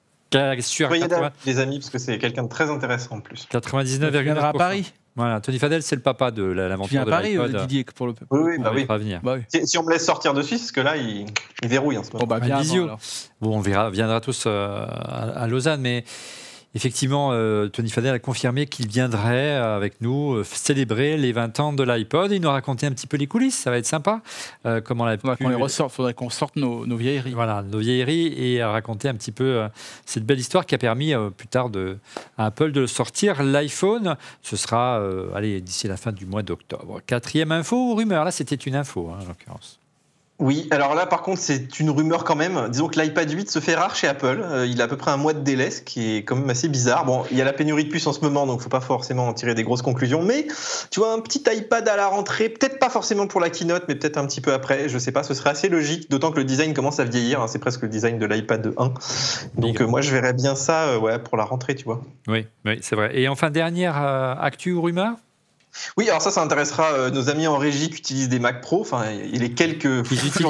sûr. Soyez les amis, parce que c'est quelqu'un de très intéressant en plus. 99,9%. À Paris. Voilà, Tony Fadell, c'est le papa de l'aventure de Paris, l'iPod. Didier, pour le Oui. Venir. Si on me laisse sortir de Suisse, parce que là, il verrouille en ce moment. Bon, on viendra tous à Lausanne, mais Effectivement, Tony Fadell a confirmé qu'il viendrait avec nous célébrer les 20 ans de l'iPod. Il nous a raconté un petit peu les coulisses, ça va être sympa. Comment il faudrait qu'on sorte nos vieilleries. Voilà, nos vieilleries, et raconter un petit peu cette belle histoire qui a permis plus tard à Apple de sortir l'iPhone. Ce sera d'ici la fin du mois d'octobre. 4e info ou rumeur? Là, c'était une info, en l'occurrence. Oui, alors là, par contre, c'est une rumeur quand même. Disons que l'iPad 8 se fait rare chez Apple. Il a à peu près un mois de délai, ce qui est quand même assez bizarre. Bon, il y a la pénurie de puces en ce moment, donc faut pas forcément en tirer des grosses conclusions. Mais tu vois, un petit iPad à la rentrée, peut-être pas forcément pour la keynote, mais peut-être un petit peu après. Je sais pas, ce serait assez logique, d'autant que le design commence à vieillir. C'est presque le design de l'iPad 1. Donc moi, je verrais bien ça pour la rentrée, tu vois. Oui, c'est vrai. Et enfin, dernière actu ou rumeur? Oui, alors ça intéressera nos amis en régie qui utilisent des Mac Pro, enfin, et les quelques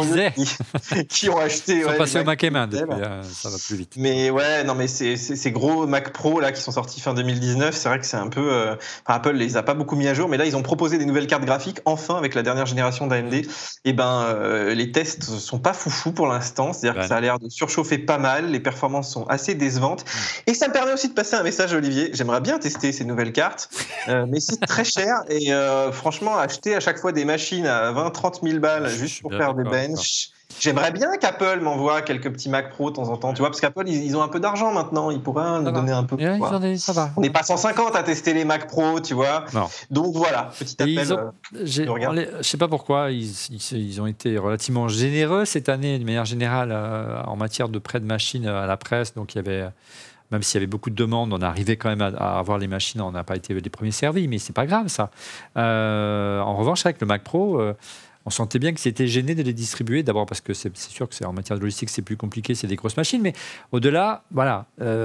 qui ont acheté. Ils sont passés au Mac M1 depuis, ça va plus vite. Mais mais ces gros Mac Pro là qui sont sortis fin 2019, c'est vrai que c'est un peu. Apple les a pas beaucoup mis à jour, mais là ils ont proposé des nouvelles cartes graphiques, enfin, avec la dernière génération d'AMD. Et les tests sont pas foufou pour l'instant, c'est-à-dire que ça a l'air de surchauffer pas mal, les performances sont assez décevantes. Et ça me permet aussi de passer un message à Olivier. J'aimerais bien tester ces nouvelles cartes, mais c'est très cher. Et franchement, acheter à chaque fois des machines à 20-30 000 balles juste pour faire des benches. J'aimerais bien qu'Apple m'envoie quelques petits Mac Pro de temps en temps, tu vois, parce qu'Apple, ils ont un peu d'argent maintenant, ils pourraient nous donner un peu. Ça va. On n'est pas 150 à tester les Mac Pro, tu vois. Non. Donc voilà, petit appel. Je sais pas pourquoi, ils ont été relativement généreux cette année, de manière générale, en matière de prêt de machines à la presse. Donc il y avait. Même s'il y avait beaucoup de demandes, on arrivait quand même à avoir les machines. On n'a pas été les premiers servis, mais c'est pas grave ça. En revanche, avec le Mac Pro, on sentait bien que c'était gêné de les distribuer. D'abord parce que c'est sûr que c'est en matière de logistique, c'est plus compliqué, c'est des grosses machines. Mais au-delà, voilà,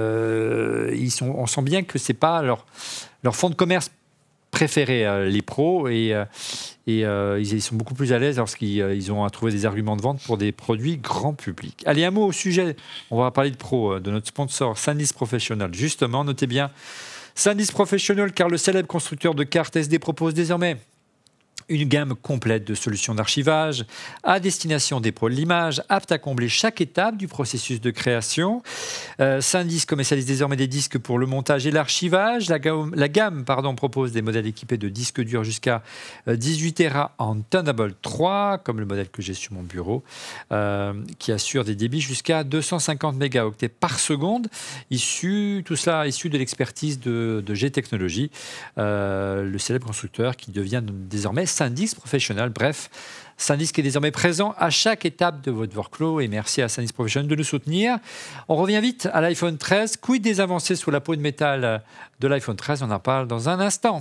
on sent bien que c'est pas leur fonds de commerce préféré, les pros, et ils sont beaucoup plus à l'aise lorsqu'ils ont à trouver des arguments de vente pour des produits grand public. Allez, un mot au sujet, on va parler de pro, de notre sponsor SanDisk Professional. Justement, notez bien SanDisk Professional, car le célèbre constructeur de cartes SD propose désormais une gamme complète de solutions d'archivage à destination des pros de l'image, aptes à combler chaque étape du processus de création. SanDisk commercialise désormais des disques pour le montage et l'archivage. La gamme propose des modèles équipés de disques durs jusqu'à 18 Tera en Thunderbolt 3, comme le modèle que j'ai sur mon bureau, qui assure des débits jusqu'à 250 mégaoctets par seconde, tout cela issu de l'expertise de G-Technologies, le célèbre constructeur qui devient désormais SanDisk Professional. Bref, SanDisk est désormais présent à chaque étape de votre workflow, et merci à SanDisk Professional de nous soutenir. On revient vite à l'iPhone 13. Quid des avancées sous la peau de métal de l'iPhone 13? On en parle dans un instant.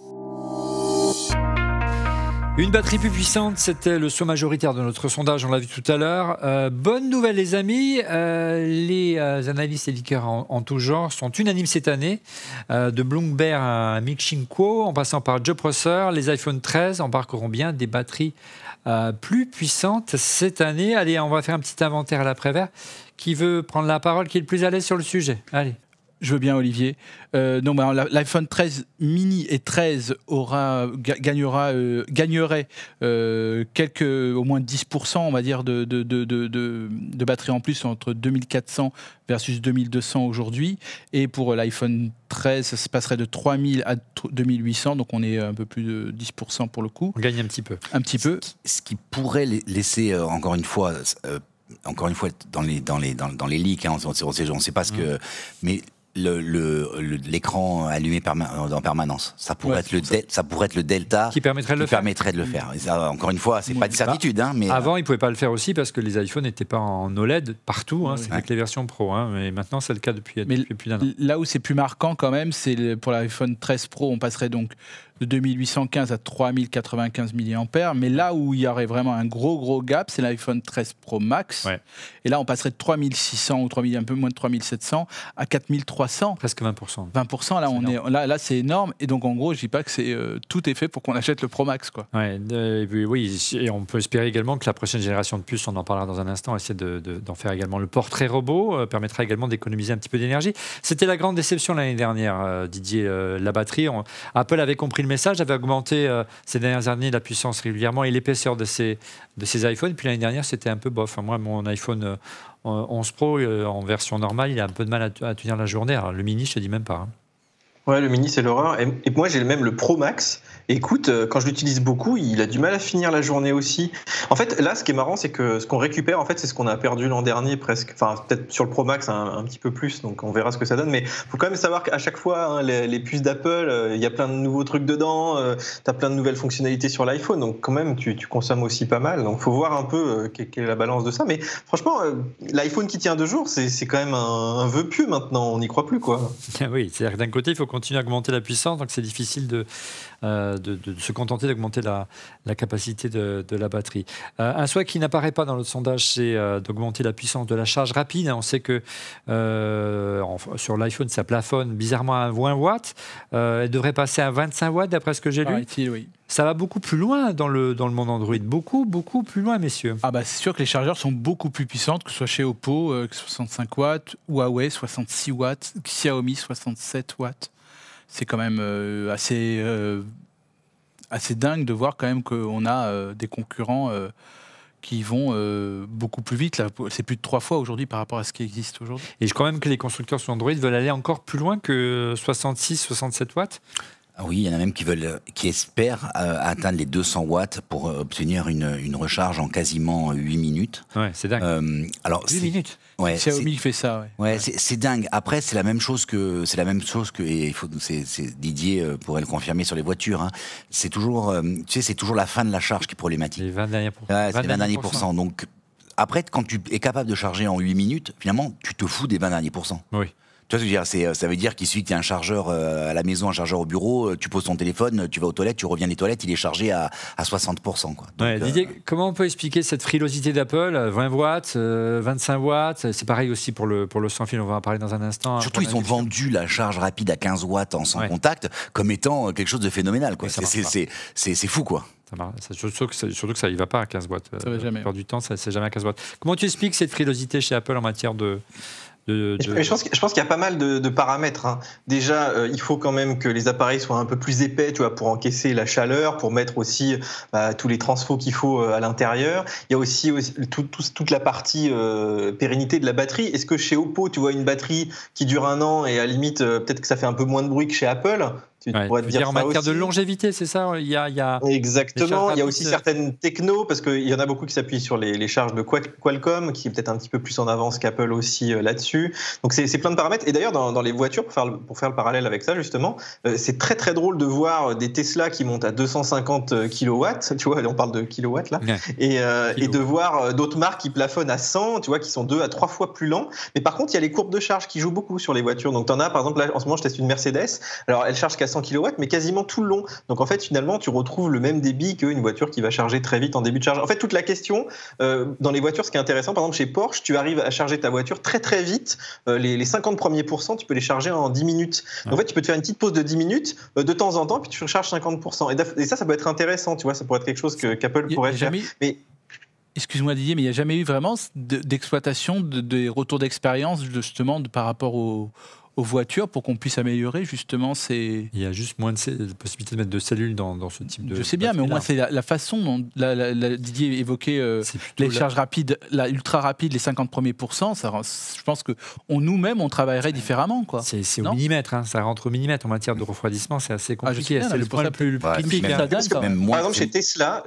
Une batterie plus puissante, c'était le souhait majoritaire de notre sondage, on l'a vu tout à l'heure. Bonne nouvelle les amis, les analystes et leakers en tout genre sont unanimes cette année, de Bloomberg à Ming-Chi Kuo, en passant par Joe Prosser, les iPhone 13 embarqueront bien des batteries plus puissantes cette année. Allez, on va faire un petit inventaire à l'après-vert. Qui veut prendre la parole, qui est le plus à l'aise sur le sujet? Allez. Je veux bien, Olivier. L'iPhone 13 mini et 13 gagnerait au moins 10%, on va dire, de batterie en plus entre 2400 versus 2200 aujourd'hui. Et pour l'iPhone 13, ça se passerait de 3000 à 2800, donc on est un peu plus de 10% pour le coup. On gagne un petit peu. Un petit peu. Ce qui pourrait laisser, encore une fois, dans les leaks, on ne sait pas ce que... Mais l'écran allumé en permanence. Ça pourrait être le delta qui permettrait de le faire. Et ça, encore une fois, c'est pas de certitude. Mais avant, ils ne pouvaient pas le faire aussi parce que les iPhones n'étaient pas en OLED partout. C'était avec les versions Pro. Mais maintenant, c'est le cas depuis plus d'un an. Là où c'est plus marquant quand même, c'est pour l'iPhone 13 Pro, on passerait donc de 2815 à 3095 mAh. Mais là où il y aurait vraiment un gros gap, c'est l'iPhone 13 Pro Max. Ouais. Et là, on passerait de 3600 ou un peu moins de 3700 à 4300. Presque 20%. 20%, là, c'est énorme. Et donc, en gros, je dis pas que tout est fait pour qu'on achète le Pro Max, quoi. Ouais, oui, et on peut espérer également que la prochaine génération de puces, on en parlera dans un instant, essaie d'en faire également le portrait robot, permettra également d'économiser un petit peu d'énergie. C'était la grande déception l'année dernière, Didier, la batterie. Apple avait compris le message, avait augmenté ces dernières années la puissance régulièrement et l'épaisseur de ses iPhones. Puis l'année dernière, c'était un peu bof. Moi, mon iPhone 11 Pro en version normale, il a un peu de mal à tenir la journée. Alors, le mini, je te dis même pas. Hein. Ouais, le mini, c'est l'horreur. Et moi, j'ai même le Pro Max. Et écoute, quand je l'utilise beaucoup, il a du mal à finir la journée aussi. En fait, là, ce qui est marrant, c'est que ce qu'on récupère, en fait, c'est ce qu'on a perdu l'an dernier presque. Enfin, peut-être sur le Pro Max un petit peu plus, donc on verra ce que ça donne. Mais il faut quand même savoir qu'à chaque fois, hein, les puces d'Apple, il y a plein de nouveaux trucs dedans. Tu as plein de nouvelles fonctionnalités sur l'iPhone. Donc quand même, tu consommes aussi pas mal. Donc il faut voir un peu quelle est la balance de ça. Mais franchement, l'iPhone qui tient 2 jours, c'est quand même un vœu pieux maintenant. On n'y croit plus, quoi. Oui, c'est-à-dire que d'un côté, il faut continuer à augmenter la puissance, donc c'est difficile de se contenter d'augmenter la capacité de la batterie. Un souhait qui n'apparaît pas dans notre sondage, c'est d'augmenter la puissance de la charge rapide. On sait que sur l'iPhone, ça plafonne bizarrement à 20 watts. Elle devrait passer à 25 watts, d'après ce que j'ai lu. Oui. Ça va beaucoup plus loin dans le monde Android. Beaucoup, beaucoup plus loin, messieurs. Ah bah c'est sûr que les chargeurs sont beaucoup plus puissantes, que ce soit chez Oppo, 65 watts, Huawei, 66 watts, Xiaomi, 67 watts. C'est quand même assez dingue de voir quand même qu'on a des concurrents qui vont beaucoup plus vite. C'est plus de 3 fois aujourd'hui par rapport à ce qui existe aujourd'hui. Et je crois même que les constructeurs sur Android veulent aller encore plus loin que 66-67 watts. Ah oui, il y en a même qui espèrent atteindre les 200 watts pour obtenir une recharge en quasiment 8 minutes. Ouais, c'est dingue. Alors 8 minutes. Ouais, Xiaomi fait ça. Ouais, c'est dingue. Après, c'est la même chose que et c'est Didier pourrait le confirmer sur les voitures. Hein. C'est toujours, c'est toujours la fin de la charge qui est problématique. Les 20 derniers %. Ouais, c'est les 20 derniers %. Donc après, quand tu es capable de charger en 8 minutes, finalement, tu te fous des 20 derniers %. Oui. Tu vois ce que je veux dire, ça veut dire qu'il suffit que tu aies un chargeur à la maison, un chargeur au bureau, tu poses ton téléphone, tu vas aux toilettes, tu reviens des toilettes, il est chargé à 60%. Quoi. Donc, ouais, Didier, comment on peut expliquer cette frilosité d'Apple 20 watts, 25 watts, c'est pareil aussi pour le sans fil, on va en parler dans un instant. Surtout, ils ont vendu la charge rapide à 15 watts en sans contact comme étant quelque chose de phénoménal. Quoi. C'est fou, quoi. Surtout que ça n'y va pas à 15 watts. Ça va jamais. La plupart du temps, c'est jamais à 15 watts. Comment tu expliques cette frilosité chez Apple en matière de... Je pense qu'il y a pas mal de paramètres. Hein. Déjà, il faut quand même que les appareils soient un peu plus épais, tu vois, pour encaisser la chaleur, pour mettre aussi tous les transfos qu'il faut à l'intérieur. Il y a aussi toute la partie pérennité de la batterie. Est-ce que chez Oppo, tu vois une batterie qui dure 1 an et à la limite, peut-être que ça fait un peu moins de bruit que chez Apple? Tu pourrais te dire en matière de longévité, c'est ça? Exactement. Il y a aussi certaines technos, parce qu'il y en a beaucoup qui s'appuient sur les charges de Qualcomm, qui est peut-être un petit peu plus en avance qu'Apple aussi là-dessus. Donc c'est plein de paramètres. Et d'ailleurs, dans les voitures, pour faire le parallèle avec ça, justement, c'est très très drôle de voir des Tesla qui montent à 250 kW, tu vois, on parle de kilowatts là, et de voir d'autres marques qui plafonnent à 100, tu vois, qui sont 2 à 3 fois plus lents. Mais par contre, il y a les courbes de charge qui jouent beaucoup sur les voitures. Donc tu en as, par exemple, là, en ce moment, je teste une Mercedes. Alors, elle charge qu'à 100 kW, mais quasiment tout le long. Donc en fait, finalement, tu retrouves le même débit qu'une voiture qui va charger très vite en début de charge. En fait, toute la question, dans les voitures, ce qui est intéressant, par exemple, chez Porsche, tu arrives à charger ta voiture très très vite. Les 50 premiers %, tu peux les charger en 10 minutes. En fait, tu peux te faire une petite pause de 10 minutes de temps en temps, puis tu recharges 50%. Et ça peut être intéressant, tu vois, ça pourrait être quelque chose qu'Apple pourrait faire. Mais excuse-moi Didier, mais il n'y a jamais eu vraiment d'exploitation, des retours d'expérience justement par rapport aux voitures pour qu'on puisse améliorer justement ces... Il y a juste moins de possibilités de mettre de cellules dans ce type de... Je sais bien, mais au moins c'est la façon dont Didier évoquait les charges rapides, la ultra rapide, les 50 premiers %, je pense que nous-mêmes, on travaillerait différemment. Quoi. C'est au millimètre, hein, ça rentre au millimètre en matière de refroidissement, c'est assez compliqué. C'est le point le plus critique. Par exemple, chez Tesla,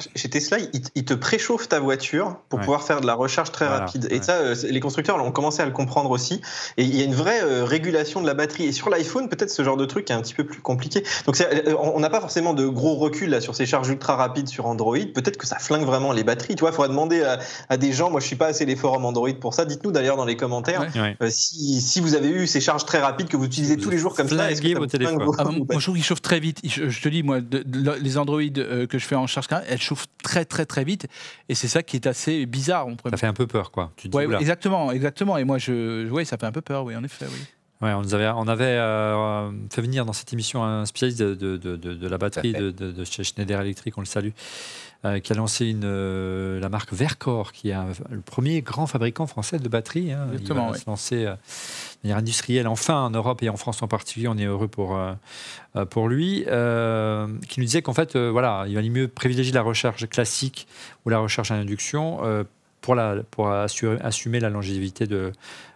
ils te préchauffent ta voiture pour pouvoir faire de la recharge très rapide. Et ça, les constructeurs ont commencé à le comprendre aussi. Et il y a une vraie régulation de la batterie. Et sur l'iPhone, peut-être ce genre de truc est un petit peu plus compliqué. Donc on n'a pas forcément de gros recul là sur ces charges ultra rapides sur Android. Peut-être que ça flingue vraiment les batteries. Tu vois, il faudrait demander à des gens. Moi, je suis pas assez les forums Android pour ça. Dites-nous d'ailleurs dans les commentaires si vous avez eu ces charges très rapides que vous utilisez tous les jours comme ça. Est-ce que ça vous flingue moi, je trouve qu'ils chauffent très vite. Je te dis, moi, les Android que je fais en charge, elles chauffent très très très vite. Et c'est ça qui est assez bizarre. Ça fait un peu peur, quoi. Tu dis, exactement. Et moi, ça fait un peu peur, oui, en effet, oui. Ouais, on avait fait venir dans cette émission un spécialiste de la batterie de chez Schneider Electric, on le salue, qui a lancé la marque Vercor, qui est le premier grand fabricant français de batteries. Hein. Il va se lancer de manière industrielle, enfin en Europe et en France en particulier. On est heureux pour lui, qui nous disait qu'en fait, il valait mieux privilégier la recharge classique ou la recharge à induction pour assumer la longévité de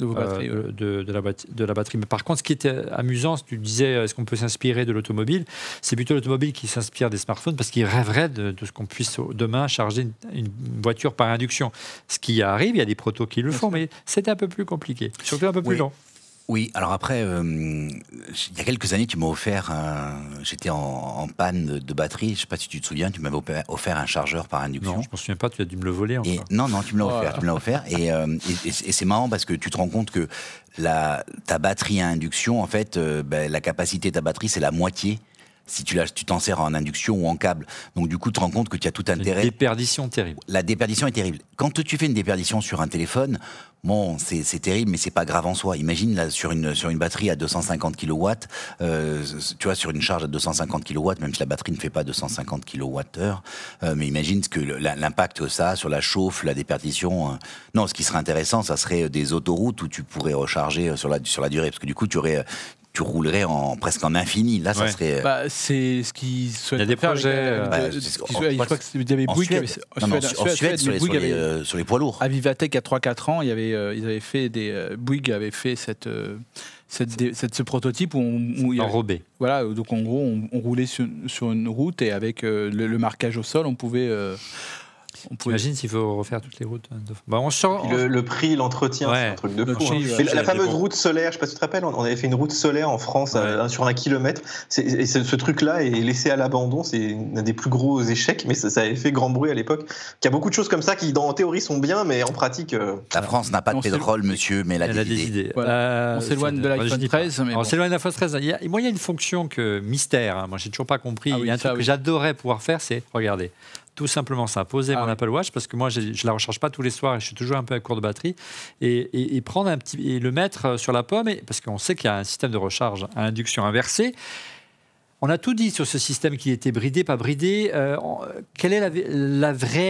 la batterie. Mais par contre, ce qui était amusant, tu disais, est-ce qu'on peut s'inspirer de l'automobile? C'est plutôt l'automobile qui s'inspire des smartphones parce qu'ils rêveraient de ce qu'on puisse demain charger une voiture par induction. Ce qui arrive, il y a des protos qui le font, mais c'est un peu plus compliqué, surtout un peu plus long. Oui, alors après, il y a quelques années, tu m'as offert, j'étais en panne de batterie, je ne sais pas si tu te souviens, tu m'avais offert un chargeur par induction. Non, je ne me souviens pas, tu as dû me le voler encore. Non, tu me l'as offert, et c'est marrant parce que tu te rends compte que ta batterie à induction, en fait, la capacité de ta batterie, c'est la moitié si tu t'en sers en induction ou en câble. Donc du coup, tu te rends compte que tu as tout intérêt. Une déperdition terrible. La déperdition est terrible. Quand tu fais une déperdition sur un téléphone, bon, c'est terrible, mais c'est pas grave en soi. Imagine là, sur une batterie à 250 kW, tu vois, sur une charge à 250 kW, même si la batterie ne fait pas 250 kWh, mais imagine que l'impact que ça a sur la chauffe, la déperdition. Non, ce qui serait intéressant, ça serait des autoroutes où tu pourrais recharger sur la durée, parce que du coup, tu roulerais presque en infini. Là, ça serait. C'est ce qui souhaite. Il y a des projets. Je crois qu'il y avait Bouygues. En Suède, sur les poids lourds. À Vivatech, il y a 3-4 ans, ils avaient fait Bouygues avait fait ce prototype où enrobé. Voilà, donc en gros, on roulait sur une route et avec le marquage au sol, on pouvait. T'imagines s'il faut refaire toutes les routes le prix, l'entretien, c'est un truc de fou. La fameuse route solaire, je ne sais pas si tu te rappelles, on avait fait une route solaire en France sur 1 kilomètre. Et ce truc-là est laissé à l'abandon. C'est un des plus gros échecs, mais ça avait fait grand bruit à l'époque. Il y a beaucoup de choses comme ça qui, en théorie, sont bien, mais en pratique. La France n'a pas de pétrole, monsieur, mais elle a des idées. Voilà. On s'éloigne de l'iPhone 13. On s'éloigne de l'iPhone 13. Il y a une fonction mystère. Moi, j'ai toujours pas compris. Il y a un truc que j'adorais pouvoir faire, c'est regarder. Tout simplement ça, poser mon Apple Watch, parce que moi je la recharge pas tous les soirs et je suis toujours un peu à court de batterie, et prendre et le mettre sur la pomme, parce qu'on sait qu'il y a un système de recharge à induction inversée. On a tout dit sur ce système qui était bridé, pas bridé. Quelle est la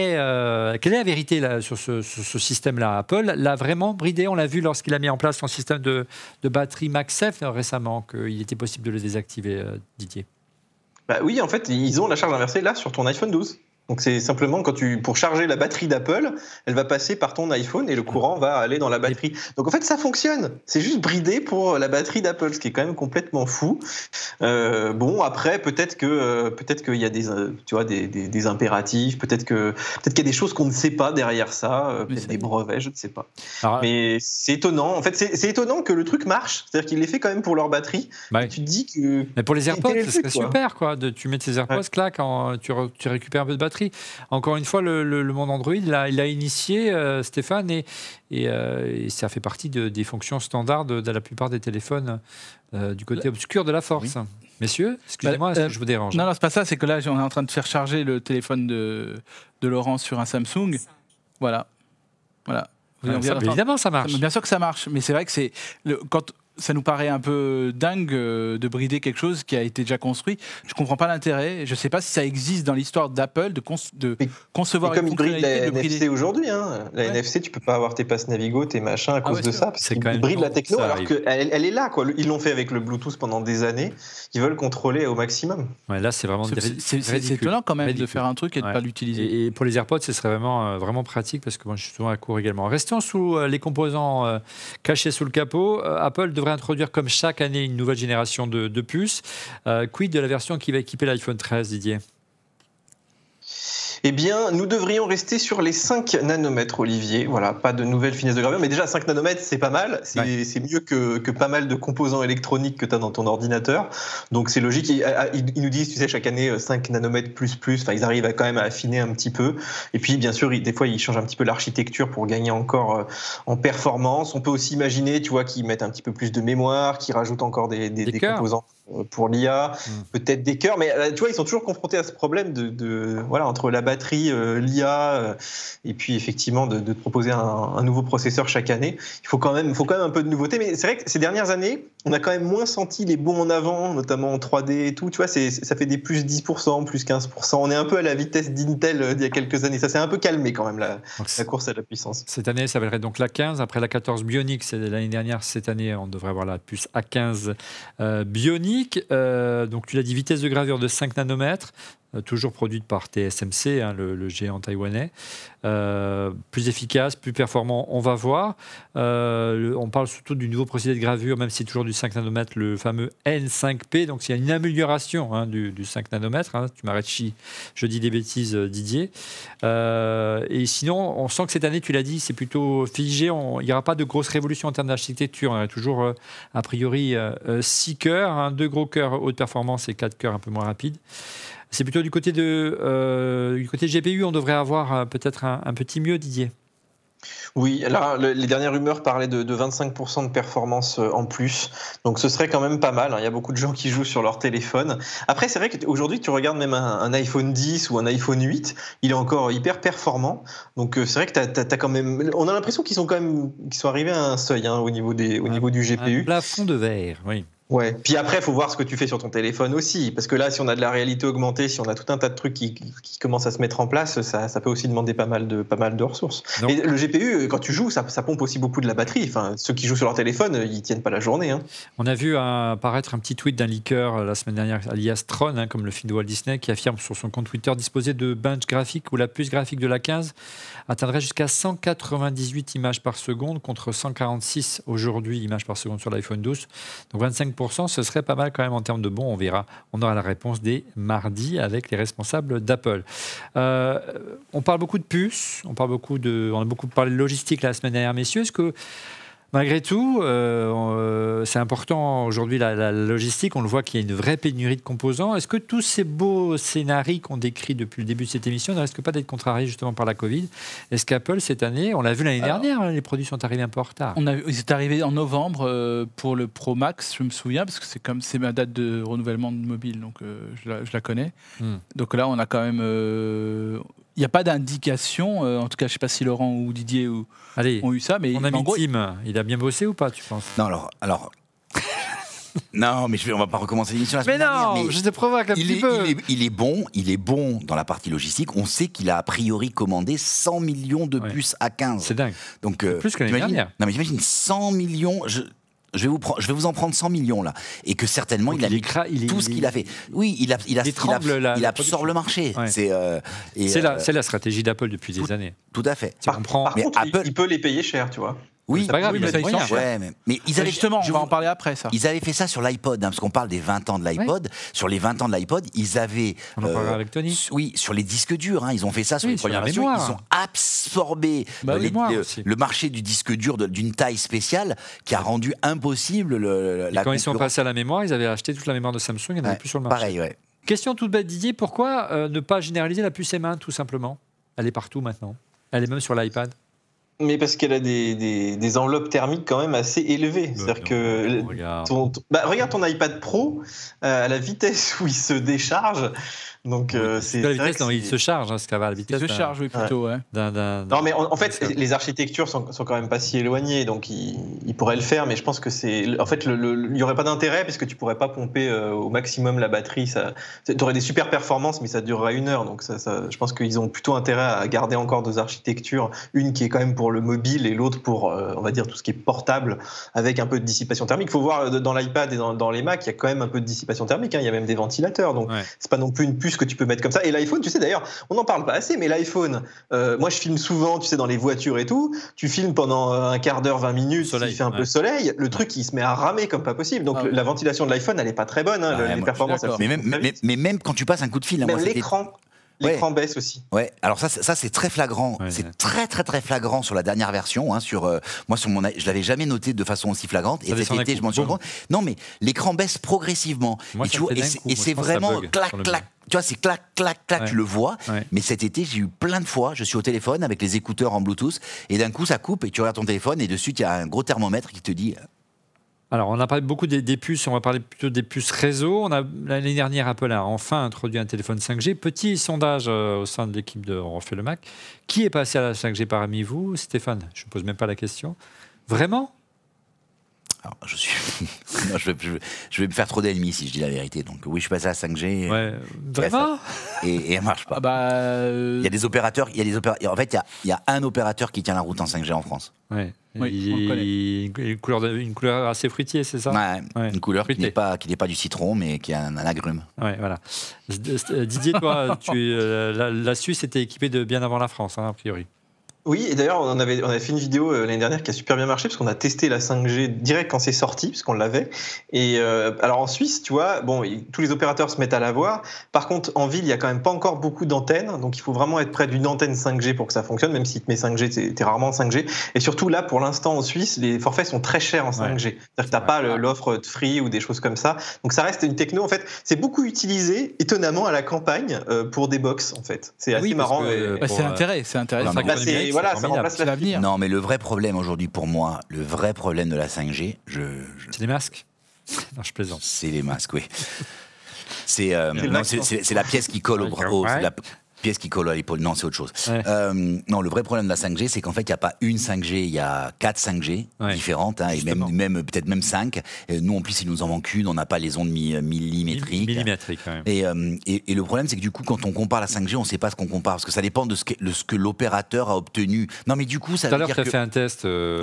vérité là, sur ce système-là? Apple l'a vraiment bridé. On l'a vu lorsqu'il a mis en place son système de batterie MagSafe récemment, qu'il était possible de le désactiver, Didier. Oui, en fait, ils ont la charge inversée là sur ton iPhone 12. Donc c'est simplement pour charger la batterie d'Apple, elle va passer par ton iPhone et le courant va aller dans la batterie. Donc en fait ça fonctionne. C'est juste bridé pour la batterie d'Apple, ce qui est quand même complètement fou. Bon après peut-être qu'il y a des impératifs, peut-être qu'il y a des choses qu'on ne sait pas derrière ça, peut-être des brevets, je ne sais pas. Mais c'est étonant. En fait c'est étonnant que le truc marche. C'est-à-dire qu'il les fait quand même pour leur batterie. Et tu te dis que. Mais pour les AirPods, ce serait super quoi. Tu mets tes AirPods, clac, tu récupères un peu de batterie. Encore une fois, le monde Android, il a initié, Stéphane, et ça fait partie des fonctions standards de la plupart des téléphones du côté obscur de la force. Oui. Messieurs, excusez-moi, est-ce que je vous dérange? Non, c'est pas ça, c'est que là, on est en train de faire charger le téléphone de Laurent sur un Samsung. Voilà. Évidemment, ça marche. Bien sûr que ça marche, mais c'est vrai que quand ça nous paraît un peu dingue de brider quelque chose qui a été déjà construit. Je ne comprends pas l'intérêt. Je ne sais pas si ça existe dans l'histoire d'Apple de concevoir une fonctionnalité. Comme ils brident la NFC aujourd'hui. La NFC, tu ne peux pas avoir tes passes Navigo, tes machins à cause de ça. Parce qu'ils brident la techno alors qu'elle est là. Ils l'ont fait avec le Bluetooth pendant des années. Ils veulent contrôler au maximum. Ouais, là, c'est vraiment c'est étonnant quand même de faire un truc et de ne pas l'utiliser. Et pour les AirPods, ce serait vraiment pratique parce que moi, je suis souvent à court également. Restons sous les composants cachés sous le capot. Apple devrait introduire comme chaque année une nouvelle génération de puces. Quid de la version qui va équiper l'iPhone 13, Didier? Eh bien, nous devrions rester sur les 5 nanomètres, Olivier. Voilà, pas de nouvelles finesses de gravure. Mais déjà, 5 nanomètres, c'est pas mal. C'est mieux que pas mal de composants électroniques que tu as dans ton ordinateur. Donc, c'est logique. Ils nous disent, tu sais, chaque année, 5 nanomètres plus. Enfin, ils arrivent quand même à affiner un petit peu. Et puis, bien sûr, des fois, ils changent un petit peu l'architecture pour gagner encore en performance. On peut aussi imaginer, tu vois, qu'ils mettent un petit peu plus de mémoire, qu'ils rajoutent encore des composants pour l'IA, peut-être des cœurs. Mais tu vois, ils sont toujours confrontés à ce problème entre la batterie, l'IA, et puis effectivement de proposer un nouveau processeur chaque année. Il faut quand même un peu de nouveauté. Mais c'est vrai que ces dernières années, on a quand même moins senti les bons en avant, notamment en 3D et tout. Tu vois, ça fait des plus 10%, plus 15%. On est un peu à la vitesse d'Intel d'il y a quelques années. Ça s'est un peu calmé quand même, la course à la puissance. Cette année, ça s'appellerait donc l'A15. Après la 14 Bionic, c'est l'année dernière. Cette année, on devrait avoir la puce A15 Bionic. Donc tu l'as dit, vitesse de gravure de 5 nanomètres. Toujours produite par TSMC, le géant taïwanais. plus efficace, plus performant, on va voir. On parle surtout du nouveau procédé de gravure, même si c'est toujours du 5 nanomètres, le fameux N5P. Donc, il y a une amélioration du 5 nanomètres. Tu m'arrêtes si je dis des bêtises, Didier. Et sinon, on sent que cette année, tu l'as dit, c'est plutôt figé. Il n'y aura pas de grosse révolution en termes d'architecture. On a toujours, a priori, 6 cœurs, 2 gros cœurs haute performance et 4 cœurs un peu moins rapides. C'est plutôt du côté GPU, on devrait avoir peut-être un petit mieux, Didier. Oui, là, les dernières rumeurs parlaient de 25% de performance en plus. Donc, ce serait quand même pas mal. Il y a beaucoup de gens qui jouent sur leur téléphone. Après, c'est vrai qu'aujourd'hui, tu regardes même un iPhone 10 ou un iPhone 8, il est encore hyper performant. Donc, c'est vrai que t'as quand même... On a l'impression qu'ils sont arrivés à un seuil au niveau du GPU. Un plafond de verre, oui. Ouais. Puis après, il faut voir ce que tu fais sur ton téléphone aussi. Parce que là, si on a de la réalité augmentée, si on a tout un tas de trucs qui commencent à se mettre en place, ça peut aussi demander pas mal de ressources. Donc, et le GPU, quand tu joues, ça pompe aussi beaucoup de la batterie. Enfin, ceux qui jouent sur leur téléphone, ils tiennent pas la journée. On a vu apparaître un petit tweet d'un leaker la semaine dernière, alias Tron, comme le film de Walt Disney, qui affirme sur son compte Twitter disposer de bench graphique où la puce graphique de l'A15 atteindrait jusqu'à 198 images par seconde contre 146 aujourd'hui images par seconde sur l'iPhone 12. Donc 25%, ce serait pas mal quand même en termes de bons. On verra. On aura la réponse dès mardi avec les responsables d'Apple. On parle beaucoup de puces. On a beaucoup parlé de logistique la semaine dernière, messieurs. Est-ce que malgré tout, c'est important aujourd'hui la logistique. On le voit qu'il y a une vraie pénurie de composants. Est-ce que tous ces beaux scénarios qu'on décrit depuis le début de cette émission ne risquent pas d'être contrariés justement par la Covid? Est-ce qu'Apple, cette année, on l'a vu l'année dernière, les produits sont arrivés un peu en retard. Ils sont arrivés en novembre pour le Pro Max, je me souviens, parce que c'est ma date de renouvellement de mobile, donc je la connais. Donc là, on a quand même... Il n'y a pas d'indication, en tout cas, je ne sais pas si Laurent ou Didier ont eu ça, mais mon ami Tim, il a bien bossé ou pas, tu penses? Non, alors... Non, mais on va pas recommencer l'émission la semaine dernière. Mais je te provoque un petit peu. Il est bon dans la partie logistique. On sait qu'il a a priori commandé 100 millions de puces A15. C'est dingue. Donc, plus que l'année dernière. Non, mais j'imagine 100 millions... Je vais vous en prendre 100 millions là, et que certainement donc il a mis tout ce qu'il a fait. Oui, il absorbe le marché. Ouais. C'est la stratégie d'Apple depuis des années. Tout à fait. Par contre, Apple, il peut les payer cher, tu vois. Oui, c'est pas grave, mais ils avaient, justement, on va en parler après ça. Ils avaient fait ça sur l'iPod, parce qu'on parle des 20 ans de l'iPod. Sur les 20 ans de l'iPod, ils avaient... On en parlera avec Tony. Oui, sur les disques durs, ils ont fait ça sur les premières versions. Ils ont absorbé le marché du disque dur d'une taille spéciale qui a rendu impossible la quand ils sont passés à la mémoire, ils avaient acheté toute la mémoire de Samsung, il n'y en avait plus sur le marché. Pareil, ouais. Question toute bête, Didier, pourquoi ne pas généraliser la puce M1 tout simplement? Elle est partout maintenant. Elle est même sur l'iPad. Mais parce qu'elle a des enveloppes thermiques quand même assez élevées. C'est-à-dire que regarde ton iPad Pro, à la vitesse où il se décharge. Donc c'est la vitesse, il se charge, ce qu'avait la vitesse. Il se charge, oui, plutôt, ouais. Non, mais en fait, les architectures sont quand même pas si éloignées, donc il pourrait le faire, mais je pense que en fait, il n'y aurait pas d'intérêt parce que tu pourrais pas pomper au maximum la batterie. Tu aurais des super performances, mais ça durera 1 heure. Donc je pense qu'ils ont plutôt intérêt à garder encore 2 architectures, une qui est quand même pour le mobile et l'autre pour, on va dire, tout ce qui est portable, avec un peu de dissipation thermique. Il faut voir dans l'iPad et dans les Mac, il y a quand même un peu de dissipation thermique. Il y a même des ventilateurs, donc c'est pas non plus une puce que tu peux mettre comme ça. Et l'iPhone, tu sais d'ailleurs, on n'en parle pas assez, mais l'iPhone, moi je filme souvent, tu sais, dans les voitures et tout, tu filmes pendant un quart d'heure, 20 minutes, il fait un peu soleil, le truc il se met à ramer comme pas possible. Donc la ventilation de l'iPhone, elle est pas très bonne, les performances. Mais même quand tu passes un coup de fil, même l'écran baisse aussi. Ouais, alors ça c'est très flagrant. C'est très très très flagrant sur la dernière version. Moi je l'avais jamais noté de façon aussi flagrante. Et cet été je m'en suis rendu compte. Non mais l'écran baisse progressivement. Et c'est vraiment clac clac. Tu vois, c'est clac, clac, clac, tu le vois. Mais cet été, j'ai eu plein de fois, je suis au téléphone avec les écouteurs en Bluetooth, et d'un coup, ça coupe, et tu regardes ton téléphone, et dessus, il y a un gros thermomètre qui te dit... Alors, on a parlé beaucoup des puces, on va parler plutôt des puces réseau. L'année dernière, Apple a enfin introduit un téléphone 5G. Petit sondage au sein de l'équipe de On refait le Mac. Qui est passé à la 5G parmi vous? Stéphane, je ne pose même pas la question. Vraiment? Alors, je suis... Non, je vais me faire trop d'ennemis si je dis la vérité. Donc oui, je suis passé à 5G. Ouais. Vraiment ? Et elle marche pas. Il y a des opérateurs. En fait, il y a un opérateur qui tient la route en 5G en France. Ouais. Oui, on le connaît. Une couleur assez fruitier, c'est ça ? Ouais. Une couleur qui n'est pas du citron, mais qui a un agrume. Ouais, voilà. Didier, toi, la Suisse était équipée de bien avant la France, hein, a priori. Oui, et d'ailleurs, on avait fait une vidéo l'année dernière qui a super bien marché parce qu'on a testé la 5G direct quand c'est sorti, parce qu'on l'avait. Et alors en Suisse, tu vois, bon, tous les opérateurs se mettent à l'avoir. Par contre, en ville, il y a quand même pas encore beaucoup d'antennes, donc il faut vraiment être près d'une antenne 5G pour que ça fonctionne, même si tu mets 5G, t'es rarement en 5G. Et surtout là, pour l'instant en Suisse, les forfaits sont très chers en 5G. Ouais. C'est-à-dire que t'as pas l'offre de free ou des choses comme ça. Donc ça reste une techno, en fait, c'est beaucoup utilisé, étonnamment, à la campagne pour des box, en fait. C'est assez marrant. C'est intéressant. Voilà, ça remplace l'avenir. Non, mais le vrai problème aujourd'hui pour moi, le vrai problème de la 5G, c'est les masques. Non, je plaisante. C'est les masques, oui. C'est la pièce qui colle pièce qui colle à l'épaule. Non, c'est autre chose. Ouais. Non, le vrai problème de la 5G, c'est qu'en fait, il n'y a pas une 5G, il y a 4 5G différentes, hein, et peut-être même 5. Et nous, en plus, il nous en manque une, on n'a pas les ondes millimétriques. Millimétriques, quand même. Et le problème, c'est que du coup, quand on compare la 5G, on ne sait pas ce qu'on compare, parce que ça dépend de ce que l'opérateur a obtenu. Non, mais du coup, ça veut dire que... Tout à l'heure, tu as fait un test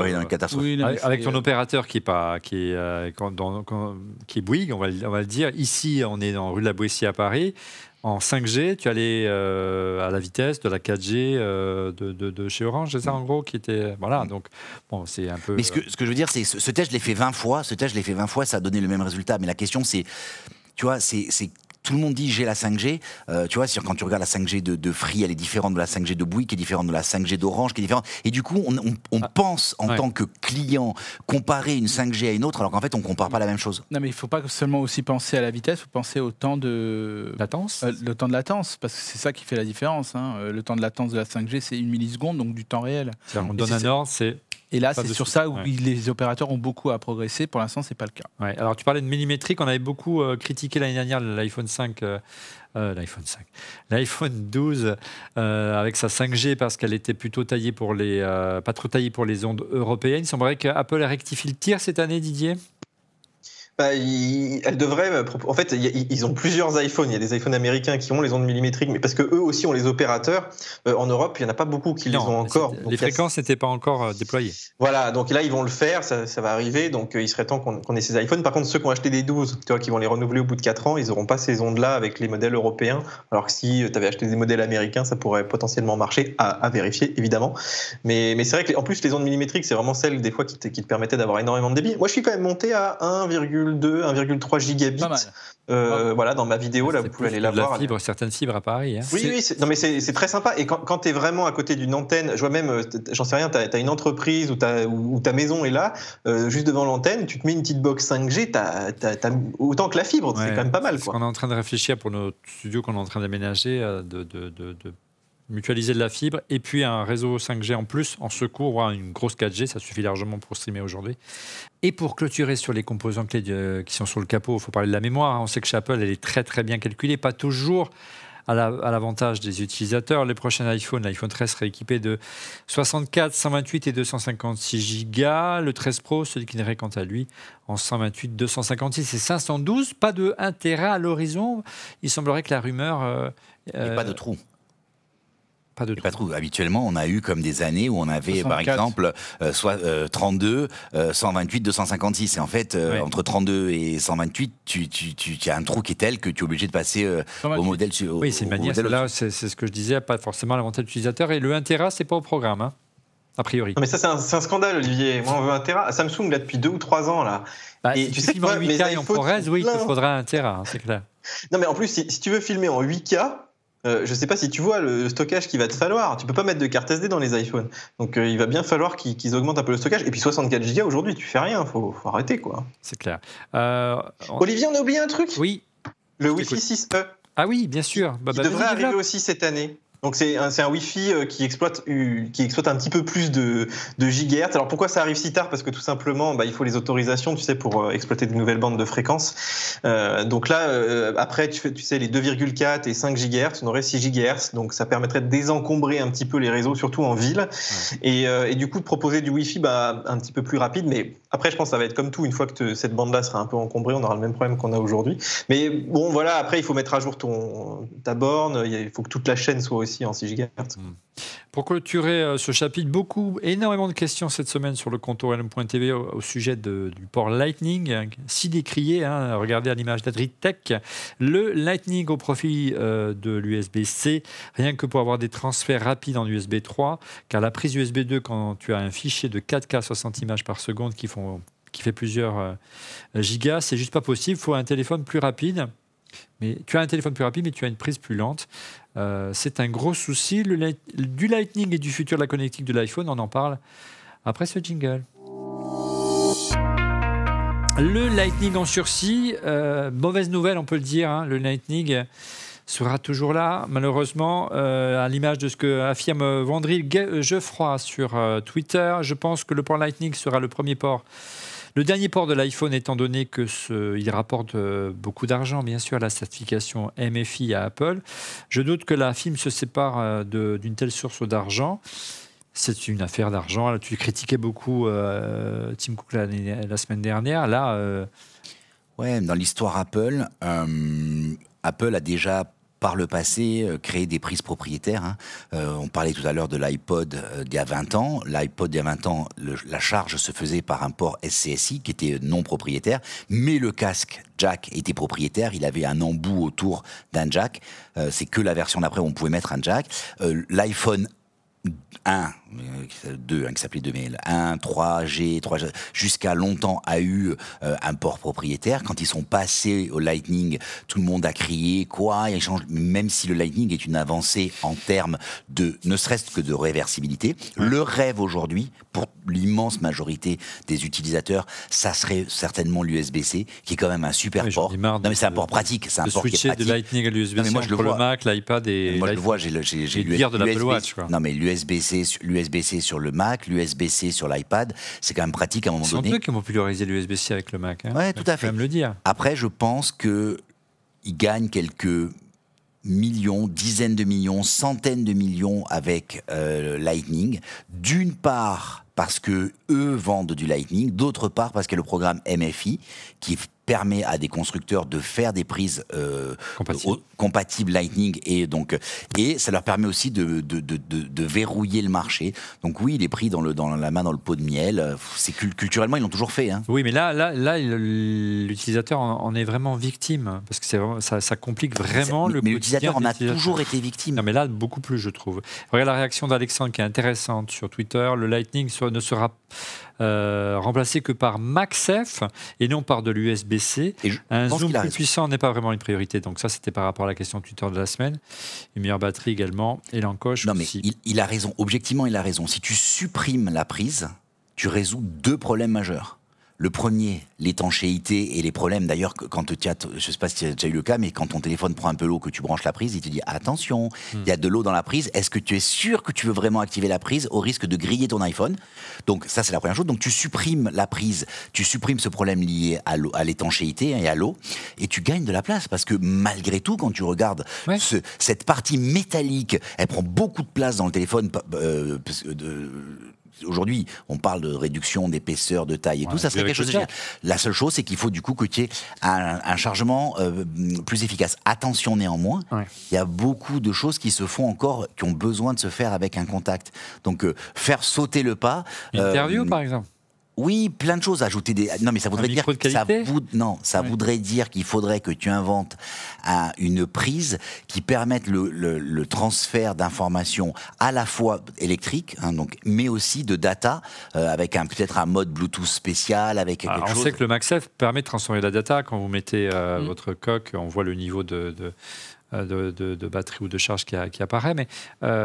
avec ton opérateur qui est Bouygues, on va le dire. Ici, on est dans rue de la Boétie à Paris. En 5G, tu allais à la vitesse de la 4G de chez Orange, c'est ça en gros qui était... Voilà, donc bon, c'est un peu... Mais ce que je veux dire, c'est ce test, je l'ai fait 20 fois, ça a donné le même résultat. Mais la question, c'est, tu vois, c'est tout le monde dit j'ai la 5G. Tu vois, quand tu regardes la 5G de Free, elle est différente de la 5G de Bouygues, qui est différente de la 5G d'Orange, qui est différente. Et du coup, on pense en tant que client comparer une 5G à une autre, alors qu'en fait, on compare pas la même chose. Non, mais il faut pas seulement aussi penser à la vitesse, il faut penser au temps de latence. Le temps de latence, parce que c'est ça qui fait la différence. Hein. Le temps de latence de la 5G, c'est 1 milliseconde, donc du temps réel. On donne un ordre, c'est... Et là, c'est sur ça où les opérateurs ont beaucoup à progresser. Pour l'instant, c'est pas le cas. Ouais. Alors, tu parlais de millimétrique. On avait beaucoup critiqué l'année dernière l'iPhone 12 avec sa 5G parce qu'elle était plutôt taillée pour pas trop taillée pour les ondes européennes. Il semblerait qu'Apple rectifie le tir cette année, Didier. Elle devrait. En fait, ils ont plusieurs iPhones. Il y a des iPhones américains qui ont les ondes millimétriques, mais parce que eux aussi ont les opérateurs. En Europe, il y en a pas beaucoup qui les ont encore. Les fréquences n'étaient pas encore déployées. Voilà, donc là ils vont le faire, ça va arriver. Donc il serait temps qu'on ait ces iPhones. Par contre, ceux qui ont acheté des 12, tu vois, qui vont les renouveler au bout de 4 ans, ils n'auront pas ces ondes-là avec les modèles européens. Alors que si tu avais acheté des modèles américains, ça pourrait potentiellement marcher, à vérifier évidemment. Mais c'est vrai qu'en plus les ondes millimétriques, c'est vraiment celles des fois qui te permettaient d'avoir énormément de débit. Moi, je suis quand même monté à 1,3 gigabits. Voilà, dans ma vidéo, là, vous pouvez aller la voir. Certaines fibres à Paris. Hein. Oui, c'est très sympa. Et quand tu es vraiment à côté d'une antenne, je vois même, j'en sais rien, tu as une entreprise où ta maison est là, juste devant l'antenne, tu te mets une petite box 5G, t'as autant que la fibre, c'est quand même pas mal. On est en train de réfléchir pour notre studio qu'on est en train d'aménager, de mutualiser de la fibre et puis un réseau 5G en plus, en secours, voire une grosse 4G, ça suffit largement pour streamer aujourd'hui. Et pour clôturer sur les composants clés qui sont sur le capot, il faut parler de la mémoire. On sait que chez Apple, elle est très très bien calculée, pas toujours à l'avantage des utilisateurs. Les prochains iPhones, l'iPhone 13 serait équipé de 64, 128 et 256 Go. Le 13 Pro se déclinerait quant à lui en 128, 256 et 512. Pas de 1 Tera à l'horizon. Il semblerait que la rumeur... pas de trou. Pas de trou. Habituellement, on a eu comme des années où on avait, 64. Par exemple, 32, 128, 256. Et en fait, entre 32 et 128, tu as un trou qui est tel que tu es obligé de passer au modèle... Oui, c'est une manière. Là, c'est ce que je disais, pas forcément l'avantage utilisateur. Et le 1 Tera, c'est pas au programme, hein, a priori. Non, mais ça, c'est un scandale, Olivier. Moi, on veut 1 Tera. Samsung, là, depuis 2 ou 3 ans, là. Et tu sais quoi, 8K et en ProRes, oui, il te faudra 1 Tera, hein, c'est clair. Non, mais en plus, si tu veux filmer en 8K... je ne sais pas si tu vois le stockage qu'il va te falloir. Tu ne peux pas mettre de carte SD dans les iPhones. Donc il va bien falloir qu'ils augmentent un peu le stockage. Et puis 64 Go aujourd'hui, tu fais rien. Faut arrêter, quoi. C'est clair. Olivier, on a oublié un truc. Oui. Le Wi-Fi 6E. Ah oui, bien sûr. Il devrait arriver aussi cette année. Donc c'est un Wi-Fi qui exploite un petit peu plus de gigahertz. Alors pourquoi ça arrive si tard ? Parce que tout simplement, il faut les autorisations, tu sais, pour exploiter de nouvelles bandes de fréquences. Donc là, après, tu sais, les 2,4 et 5 gigahertz, on aurait 6 gigahertz. Donc ça permettrait de désencombrer un petit peu les réseaux, surtout en ville. Ouais. Et du coup, de proposer du Wi-Fi un petit peu plus rapide. Mais Après, je pense que ça va être comme tout. Une fois que cette bande-là sera un peu encombrée, on aura le même problème qu'on a aujourd'hui. Mais bon, voilà, après, il faut mettre à jour ta borne. Il faut que toute la chaîne soit aussi en 6 GHz. Pour clôturer ce chapitre, énormément de questions cette semaine sur le compte ORLM.tv au sujet du port Lightning, si décrié. Regardez à l'image d'AdriTech. Le Lightning au profit de l'USB-C, rien que pour avoir des transferts rapides en USB 3, car la prise USB 2, quand tu as un fichier de 4K 60 images par seconde qui fait plusieurs gigas, c'est juste pas possible. Il faut un téléphone plus rapide. Mais tu as un téléphone plus rapide, mais tu as une prise plus lente. C'est un gros souci. Du Lightning et du futur de la connectique de l'iPhone, on en parle après ce jingle. Le Lightning en sursis, mauvaise nouvelle, on peut le dire. Le Lightning sera toujours là, malheureusement, à l'image de ce que affirme Vandril Geoffroy sur Twitter. Je pense que le port Lightning sera le premier port. Le dernier port de l'iPhone, étant donné qu'il rapporte beaucoup d'argent, bien sûr, à la certification MFI à Apple. Je doute que la firme se sépare d'une telle source d'argent. C'est une affaire d'argent. Tu critiquais beaucoup Tim Cook la semaine dernière. Là, ouais, dans l'histoire Apple, Apple a déjà par le passé créé des prises propriétaires. On parlait tout à l'heure de l'iPod d'il y a 20 ans. L'iPod d'il y a 20 ans, la charge se faisait par un port SCSI qui était non propriétaire, mais le casque jack était propriétaire. Il avait un embout autour d'un jack. C'est que la version d'après où on pouvait mettre un jack. L'iPhone 2, qui s'appelait 2, mais 1, 3G, jusqu'à longtemps a eu un port propriétaire. Quand ils sont passés au Lightning, tout le monde a crié, quoi, ils changent, même si le Lightning est une avancée en termes de, ne serait-ce que de réversibilité. Le rêve aujourd'hui, pour l'immense majorité des utilisateurs, ça serait certainement l'USB-C, qui est quand même un super port. Non, mais c'est un port pratique, c'est un port qui est pratique. De Lightning à l'USB-C entre le Mac, l'iPad et moi je le vois, j'ai de l'Apple Watch, quoi. Non, mais l'USB-C sur le Mac, l'USB-C sur l'iPad, c'est quand même pratique à un moment donné. C'est eux qui ont popularisé l'USB-C avec le Mac. Oui, tout à fait. Faut même le dire. Après, je pense qu'ils gagnent quelques millions, dizaines de millions, centaines de millions avec Lightning. D'une part, parce que eux vendent du Lightning, d'autre part, parce qu'il y a le programme MFI qui permet à des constructeurs de faire des prises compatibles Lightning et ça leur permet aussi de verrouiller le marché. Donc oui, il est pris dans la main dans le pot de miel. C'est culturellement, ils l'ont toujours fait. Oui, mais là l'utilisateur en est vraiment victime parce que ça complique vraiment le quotidien. Mais l'utilisateur en a toujours été victime. Non, mais là beaucoup plus, je trouve. Regarde la réaction d'Alexandre qui est intéressante sur Twitter. Le Lightning ne sera remplacé que par MagSafe et non par de l'USB-C. Un zoom plus puissant n'est pas vraiment une priorité. Donc ça, c'était par rapport à la question Twitter de la semaine. Une meilleure batterie également et l'encoche aussi. Mais il a raison. Objectivement, il a raison. Si tu supprimes la prise, tu résous deux problèmes majeurs. Le premier, l'étanchéité et les problèmes. D'ailleurs, quand je ne sais pas si tu as déjà eu le cas, mais quand ton téléphone prend un peu l'eau, que tu branches la prise, il te dit attention, il y a de l'eau dans la prise. Est-ce que tu es sûr que tu veux vraiment activer la prise au risque de griller ton iPhone? Donc ça, c'est la première chose. Donc tu supprimes la prise, tu supprimes ce problème lié à l'étanchéité et à l'eau, et tu gagnes de la place parce que malgré tout, quand tu regardes cette partie métallique, elle prend beaucoup de place dans le téléphone. Aujourd'hui, on parle de réduction d'épaisseur, de taille et tout, ça serait quelque chose de génial. La seule chose, c'est qu'il faut du coup que tu aies un chargement plus efficace. Attention néanmoins, il y a beaucoup de choses qui se font encore, qui ont besoin de se faire avec un contact. Donc, faire sauter le pas... Interview, par exemple. Oui, plein de choses. Ajouter des. Non, mais ça voudrait dire. Ça voudrait dire qu'il faudrait que tu inventes une prise qui permette le transfert d'informations à la fois électrique, mais aussi de data, avec peut-être un mode Bluetooth spécial, avec quelque chose. On sait que le MagSafe permet de transformer la data. Quand vous mettez votre coque, on voit le niveau de batterie ou de charge qui apparaît, mais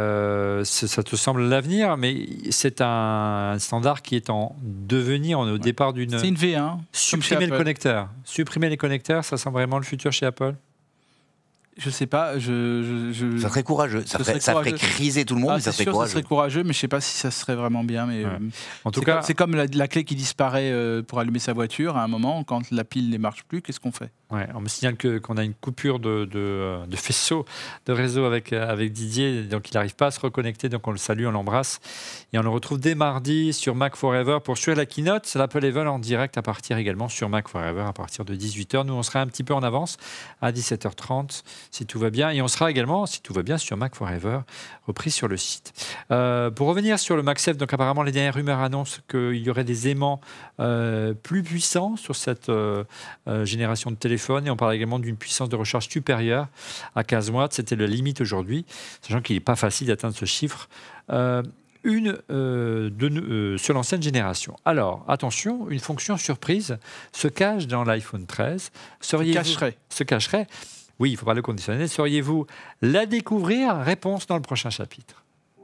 ça te semble l'avenir, mais c'est un standard qui est en devenir. On est au départ d'une... C'est une V1. Supprimer le connecteur. Supprimer les connecteurs, ça semble vraiment le futur chez Apple? Je sais pas. Ça serait courageux. Ça ferait criser tout le monde, mais ça serait sûr, courageux. Ça serait courageux, mais je sais pas si ça serait vraiment bien. Mais En tout cas, c'est comme la clé qui disparaît pour allumer sa voiture à un moment, quand la pile ne marche plus, qu'est-ce qu'on fait? Ouais, on me signale qu'on a une coupure de faisceau de réseau avec Didier, donc il n'arrive pas à se reconnecter, donc on le salue, on l'embrasse. Et on le retrouve dès mardi sur Mac Forever pour suivre la keynote. C'est l'Apple Event en direct à partir également sur Mac Forever à partir de 18h. Nous, on sera un petit peu en avance à 17h30 si tout va bien. Et on sera également, si tout va bien, sur Mac Forever, repris sur le site. Pour revenir sur le MagSafe, donc apparemment les dernières rumeurs annoncent qu'il y aurait des aimants plus puissants sur cette génération de téléphone. Et on parle également d'une puissance de recharge supérieure à 15 watts. C'était la limite aujourd'hui, sachant qu'il n'est pas facile d'atteindre ce chiffre. Sur l'ancienne génération. Alors, attention, une fonction surprise se cache dans l'iPhone 13. Se cacherait. Oui, il faut pas le conditionner. Sauriez-vous la découvrir? Réponse dans le prochain chapitre.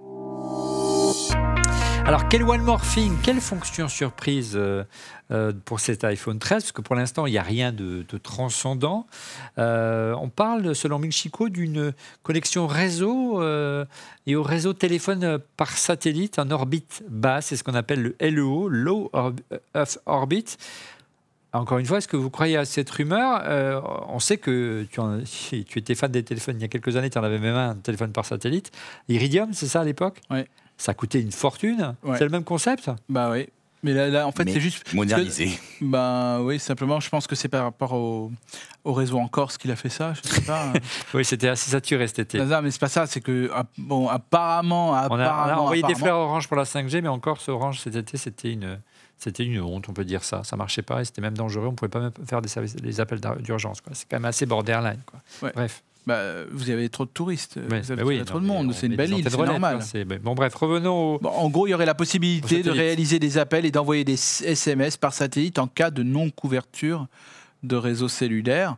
Alors, quel One More Thing, quelle fonction surprise pour cet iPhone 13? Parce que pour l'instant, il n'y a rien de transcendant. On parle, selon Ming Chi Kuo, d'une connexion réseau et au réseau téléphone par satellite en orbite basse. C'est ce qu'on appelle le LEO, Low Earth Orbit. Encore une fois, est-ce que vous croyez à cette rumeur? On sait que tu étais fan des téléphones il y a quelques années, tu en avais même un téléphone par satellite. Iridium, c'est ça à l'époque? Oui. Ça coûtait une fortune. Ouais. C'est le même concept? Bah oui. Mais là en fait, c'est juste modernisé. Bah oui, simplement, je pense que c'est par rapport au réseau en Corse qu'il a fait ça. Je sais pas. Oui, c'était assez saturé cet été. Mais c'est pas ça. C'est que bon, apparemment, on a envoyé des fleurs Orange pour la 5G, mais en Corse, Orange cet été, c'était une honte, on peut dire ça. Ça marchait pas et c'était même dangereux. On pouvait pas même faire des appels d'urgence. C'est quand même assez borderline. Ouais. Bref. Vous avez trop de touristes, vous avez trop de monde, c'est une belle île, c'est normal. Bon, bref, revenons en gros, il y aurait la possibilité de réaliser des appels et d'envoyer des SMS par satellite en cas de non-couverture de réseau cellulaire.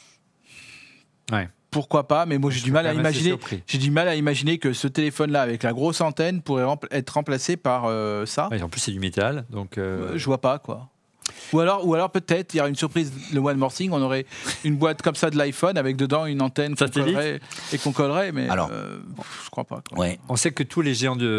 Ouais. Pourquoi pas, mais moi j'ai du mal à imaginer que ce téléphone-là, avec la grosse antenne, pourrait être remplacé par ça. Ouais, en plus, c'est du métal, donc... Je vois pas, quoi. Ou alors peut-être, il y aurait une surprise, le One More Thing, on aurait une boîte comme ça de l'iPhone avec dedans une antenne qu'on collerait, mais je crois pas. Quoi. Ouais. On sait que tous les géants tous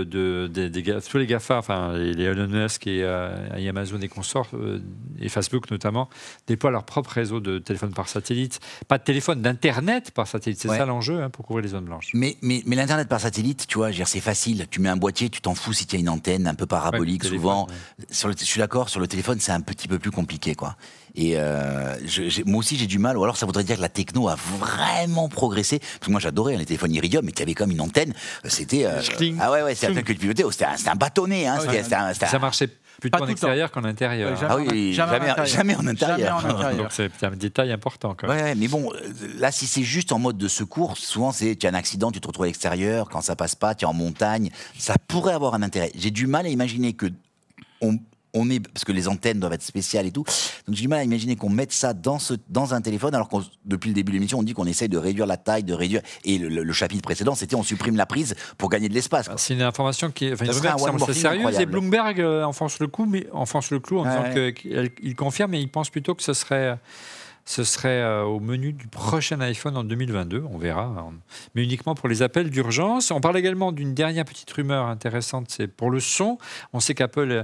les GAFA, enfin les Elon Musk et Amazon et consorts, et Facebook notamment, déploient leur propre réseau de téléphone par satellite. Pas de téléphone, d'Internet par satellite. C'est ça l'enjeu pour couvrir les zones blanches. Mais l'Internet par satellite, tu vois, c'est facile. Tu mets un boîtier, tu t'en fous si tu as une antenne un peu parabolique, souvent. Je suis d'accord, sur le téléphone, c'est un petit peu plus compliqué, quoi. Et moi aussi, j'ai du mal. Ou alors, ça voudrait dire que la techno a vraiment progressé. Parce que moi, j'adorais les téléphones Iridium, mais qui avaient comme une antenne. C'était c'est un truc que tu pilotais. C'était un bâtonnet. Hein. Ça marchait plutôt en extérieur qu'en intérieur. Jamais en intérieur. Donc, c'est un détail important, quand même. Ouais, mais bon, là, si c'est juste en mode de secours, souvent, tu as un accident, tu te retrouves à l'extérieur. Quand ça passe pas, tu es en montagne. Ça pourrait avoir un intérêt. J'ai du mal à imaginer que parce que les antennes doivent être spéciales et tout. Donc j'ai du mal à imaginer qu'on mette ça dans un téléphone, alors que depuis le début de l'émission, on dit qu'on essaye de réduire la taille, Et le chapitre précédent, c'était on supprime la prise pour gagner de l'espace. C'est une information qui est assez sérieuse. Et Bloomberg enfonce le clou en disant qu'il confirme, mais il pense plutôt que ce serait au menu du prochain iPhone en 2022, on verra, mais uniquement pour les appels d'urgence. On parle également d'une dernière petite rumeur intéressante, c'est pour le son. On sait qu'Apple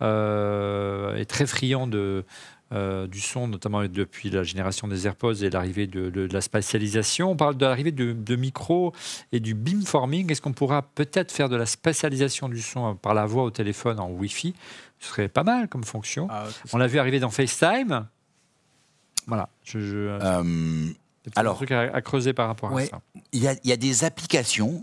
est très friand du son, notamment depuis la génération des AirPods et l'arrivée de la spatialisation. On parle de l'arrivée de micros et du beamforming. Est-ce qu'on pourra peut-être faire de la spatialisation du son par la voix au téléphone en Wi-Fi? Ce serait pas mal comme fonction. On l'a vu arriver dans FaceTime. Voilà. Alors, un truc à creuser par rapport à ça. Il y a des applications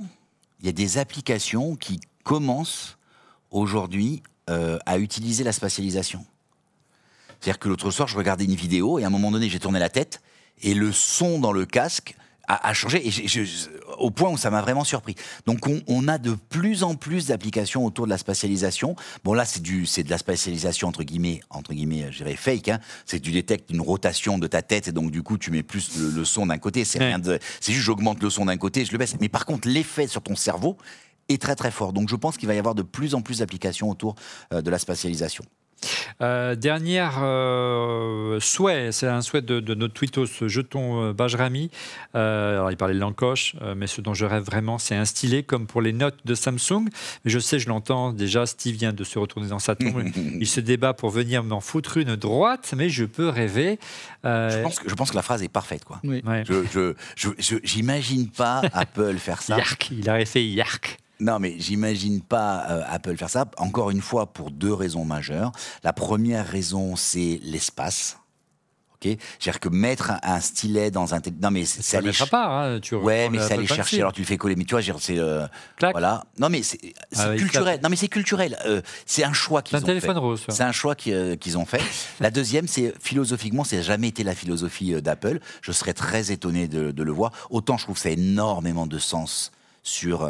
qui commencent aujourd'hui à utiliser la spatialisation. C'est-à-dire que l'autre soir, je regardais une vidéo et à un moment donné, j'ai tourné la tête et le son dans le casque a changé, et au point où ça m'a vraiment surpris. Donc on a de plus en plus d'applications autour de la spatialisation. Bon, là c'est de la spatialisation entre guillemets je dirais fake, hein. C'est que tu détectes une rotation de ta tête et donc du coup tu mets plus le son d'un côté. C'est juste j'augmente le son d'un côté, je le baisse. Mais par contre l'effet sur ton cerveau est très très fort. Donc je pense qu'il va y avoir de plus en plus d'applications autour de la spatialisation. Dernière souhait, c'est un souhait de notre tweetos Jeton Bajrami. Alors il parlait de l'encoche, mais ce dont je rêve vraiment, c'est un stylet comme pour les notes de Samsung. Mais je sais, je l'entends déjà, Steve vient de se retourner dans sa tombe. Il se débat pour venir m'en foutre une droite, mais je peux rêver. Je pense que la phrase est parfaite, quoi. Oui. Ouais. J'imagine pas Apple faire ça. Yark, il aurait fait Yark. Non, mais j'imagine pas Apple faire ça. Encore une fois, pour 2 raisons majeures. La première raison, c'est l'espace. Ok, c'est-à-dire que mettre un stylet dans un... Non, mais c'est Ça ne mettra pas. Hein, Ouais, mais c'est aller chercher. Alors tu le fais coller. Mais tu vois, c'est... voilà. Non, mais c'est culturel. Non, mais c'est culturel. C'est un choix qu'ils ont fait. C'est un téléphone rose. C'est un choix qu'ils ont fait. La deuxième, c'est philosophiquement, ça n'a jamais été la philosophie d'Apple. Je serais très étonné de le voir. Autant je trouve que ça a énormément de sens sur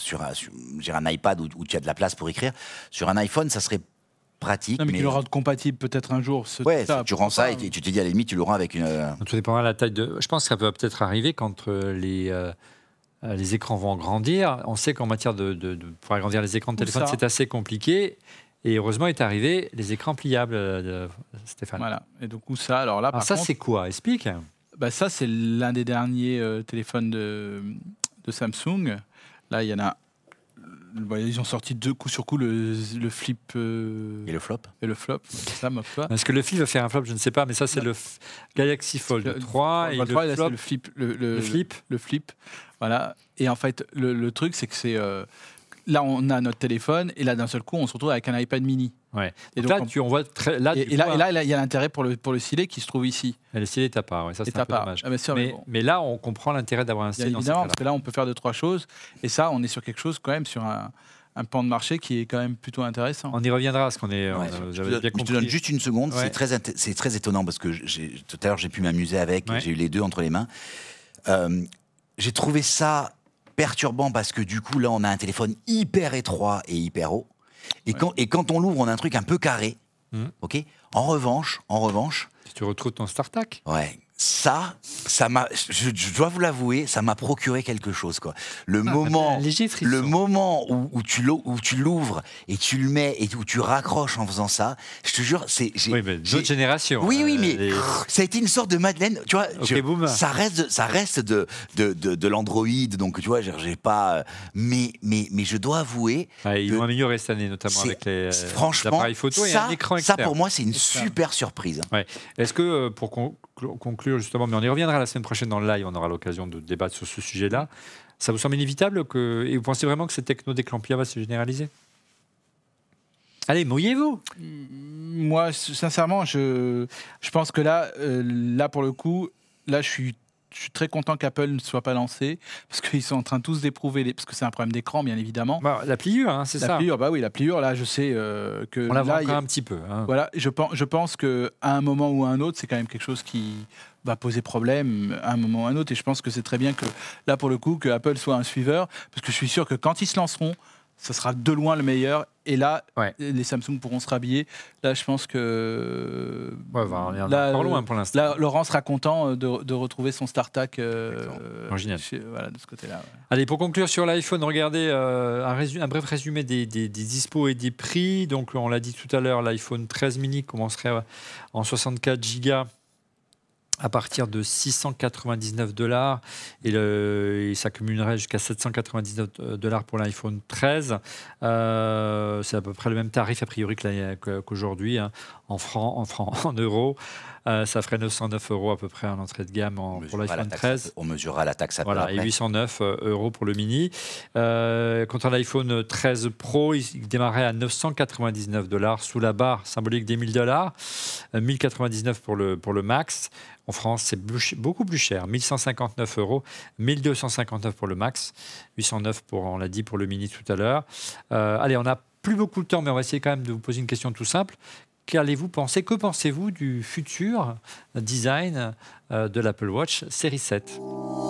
un iPad où tu as de la place pour écrire. Sur un iPhone, ça serait pratique. Non, mais tu le rends compatible peut-être un jour. Ouais, tu rends ça et tu te dis à la limite, tu le rends avec une... Tout dépendra de la taille de... Je pense que ça peut peut-être arriver quand les écrans vont grandir. On sait qu'en matière pour agrandir les écrans de téléphone, c'est assez compliqué. Et heureusement est arrivé les écrans pliables, Stéphane. Voilà. Et du coup, ça, alors là, alors ça, c'est quoi? Explique. Bah ça, c'est l'un des derniers téléphones de Samsung. Là, il y en a. Ils ont sorti 2 coup sur coup le flip et le flop. Et le flop. Ça, ma foi. Est-ce que le flip va faire un flop? Je ne sais pas, mais ça, c'est le Galaxy Fold 3 et le flop. Là, le flip. Voilà. Et en fait, le truc, c'est que c'est là, on a notre téléphone et là, d'un seul coup, on se retrouve avec un iPad mini. Ouais. Et donc donc, là, on voit là, il y a l'intérêt pour le stylet qui se trouve ici. Et le stylet est à part, ouais, ça c'est un peu dommage. Ah, bien sûr, mais là, on comprend l'intérêt d'avoir un stylet. Évidemment, parce que là, on peut faire 2-3 choses. Et ça, on est sur quelque chose quand même, sur un pan de marché qui est quand même plutôt intéressant. On y reviendra, parce qu'on est. Je te donne juste une seconde. Ouais. C'est très étonnant parce que tout à l'heure, j'ai pu m'amuser avec. Ouais. J'ai eu les deux entre les mains. J'ai trouvé ça perturbant parce que du coup, là, on a un téléphone hyper étroit et hyper haut. Et quand on l'ouvre, on a un truc un peu carré. Ok. En revanche, si tu retrouves ton StarTAC. Ouais. Ça m'a, je dois vous l'avouer, ça m'a procuré quelque chose, quoi. Le moment où tu l'ouvres et tu le mets et où tu raccroches en faisant ça, je te jure, c'est... Oui, mais d'autres générations. Oui, mais ça a été une sorte de Madeleine, tu vois. Ça reste de l'Android, donc tu vois, j'ai pas... Mais je dois avouer... Ils l'ont amélioré cette année, notamment avec les appareils photo et un écran externe. Ça, pour moi, c'est une super surprise. Ouais. Est-ce que, pour conclure justement, mais on y reviendra la semaine prochaine dans le live, on aura l'occasion de débattre sur ce sujet-là. Ça vous semble inévitable et vous pensez vraiment que cette techno des clampia va se généraliser? Allez, mouillez-vous. Moi, sincèrement, je pense que là pour le coup, là je suis très content qu'Apple ne soit pas lancé parce qu'ils sont en train tous d'éprouver parce que c'est un problème d'écran, bien évidemment. La pliure, hein, c'est ça. La pliure, bah oui, la pliure. Là, je sais que on la voit encore un petit peu. Hein. Voilà, je pense que à un moment ou à un autre, c'est quand même quelque chose qui va poser problème à un moment ou à un autre. Et je pense que c'est très bien que là, pour le coup, que Apple soit un suiveur, parce que je suis sûr que quand ils se lanceront, ça sera de loin le meilleur. Et là, les Samsung pourront se rhabiller. Là, je pense que... on est encore loin pour l'instant. Là, Laurent sera content de retrouver son StarTAC original. De ce côté-là. Ouais. Allez, pour conclure sur l'iPhone, regardez un bref résumé des dispos et des prix. Donc, on l'a dit tout à l'heure, l'iPhone 13 mini commencerait en 64 Go à partir de $699 et ça cumulerait jusqu'à $799 pour l'iPhone 13. C'est à peu près le même tarif a priori qu'aujourd'hui, hein, en euros. Ça ferait 909 € à peu près en entrée de gamme pour l'iPhone 13. On mesurera la taxe après. Voilà, et 809 € pour le mini. Quant à l'iPhone 13 Pro, il démarrait à $999 sous la barre symbolique des $1000. 1099 pour le Max. En France, c'est beaucoup plus cher, 1159 €, 1259 pour le Max, 809 on l'a dit, pour le Mini tout à l'heure. Allez, on n'a plus beaucoup de temps, mais on va essayer quand même de vous poser une question tout simple. Que pensez-vous du futur design de l'Apple Watch série 7 ?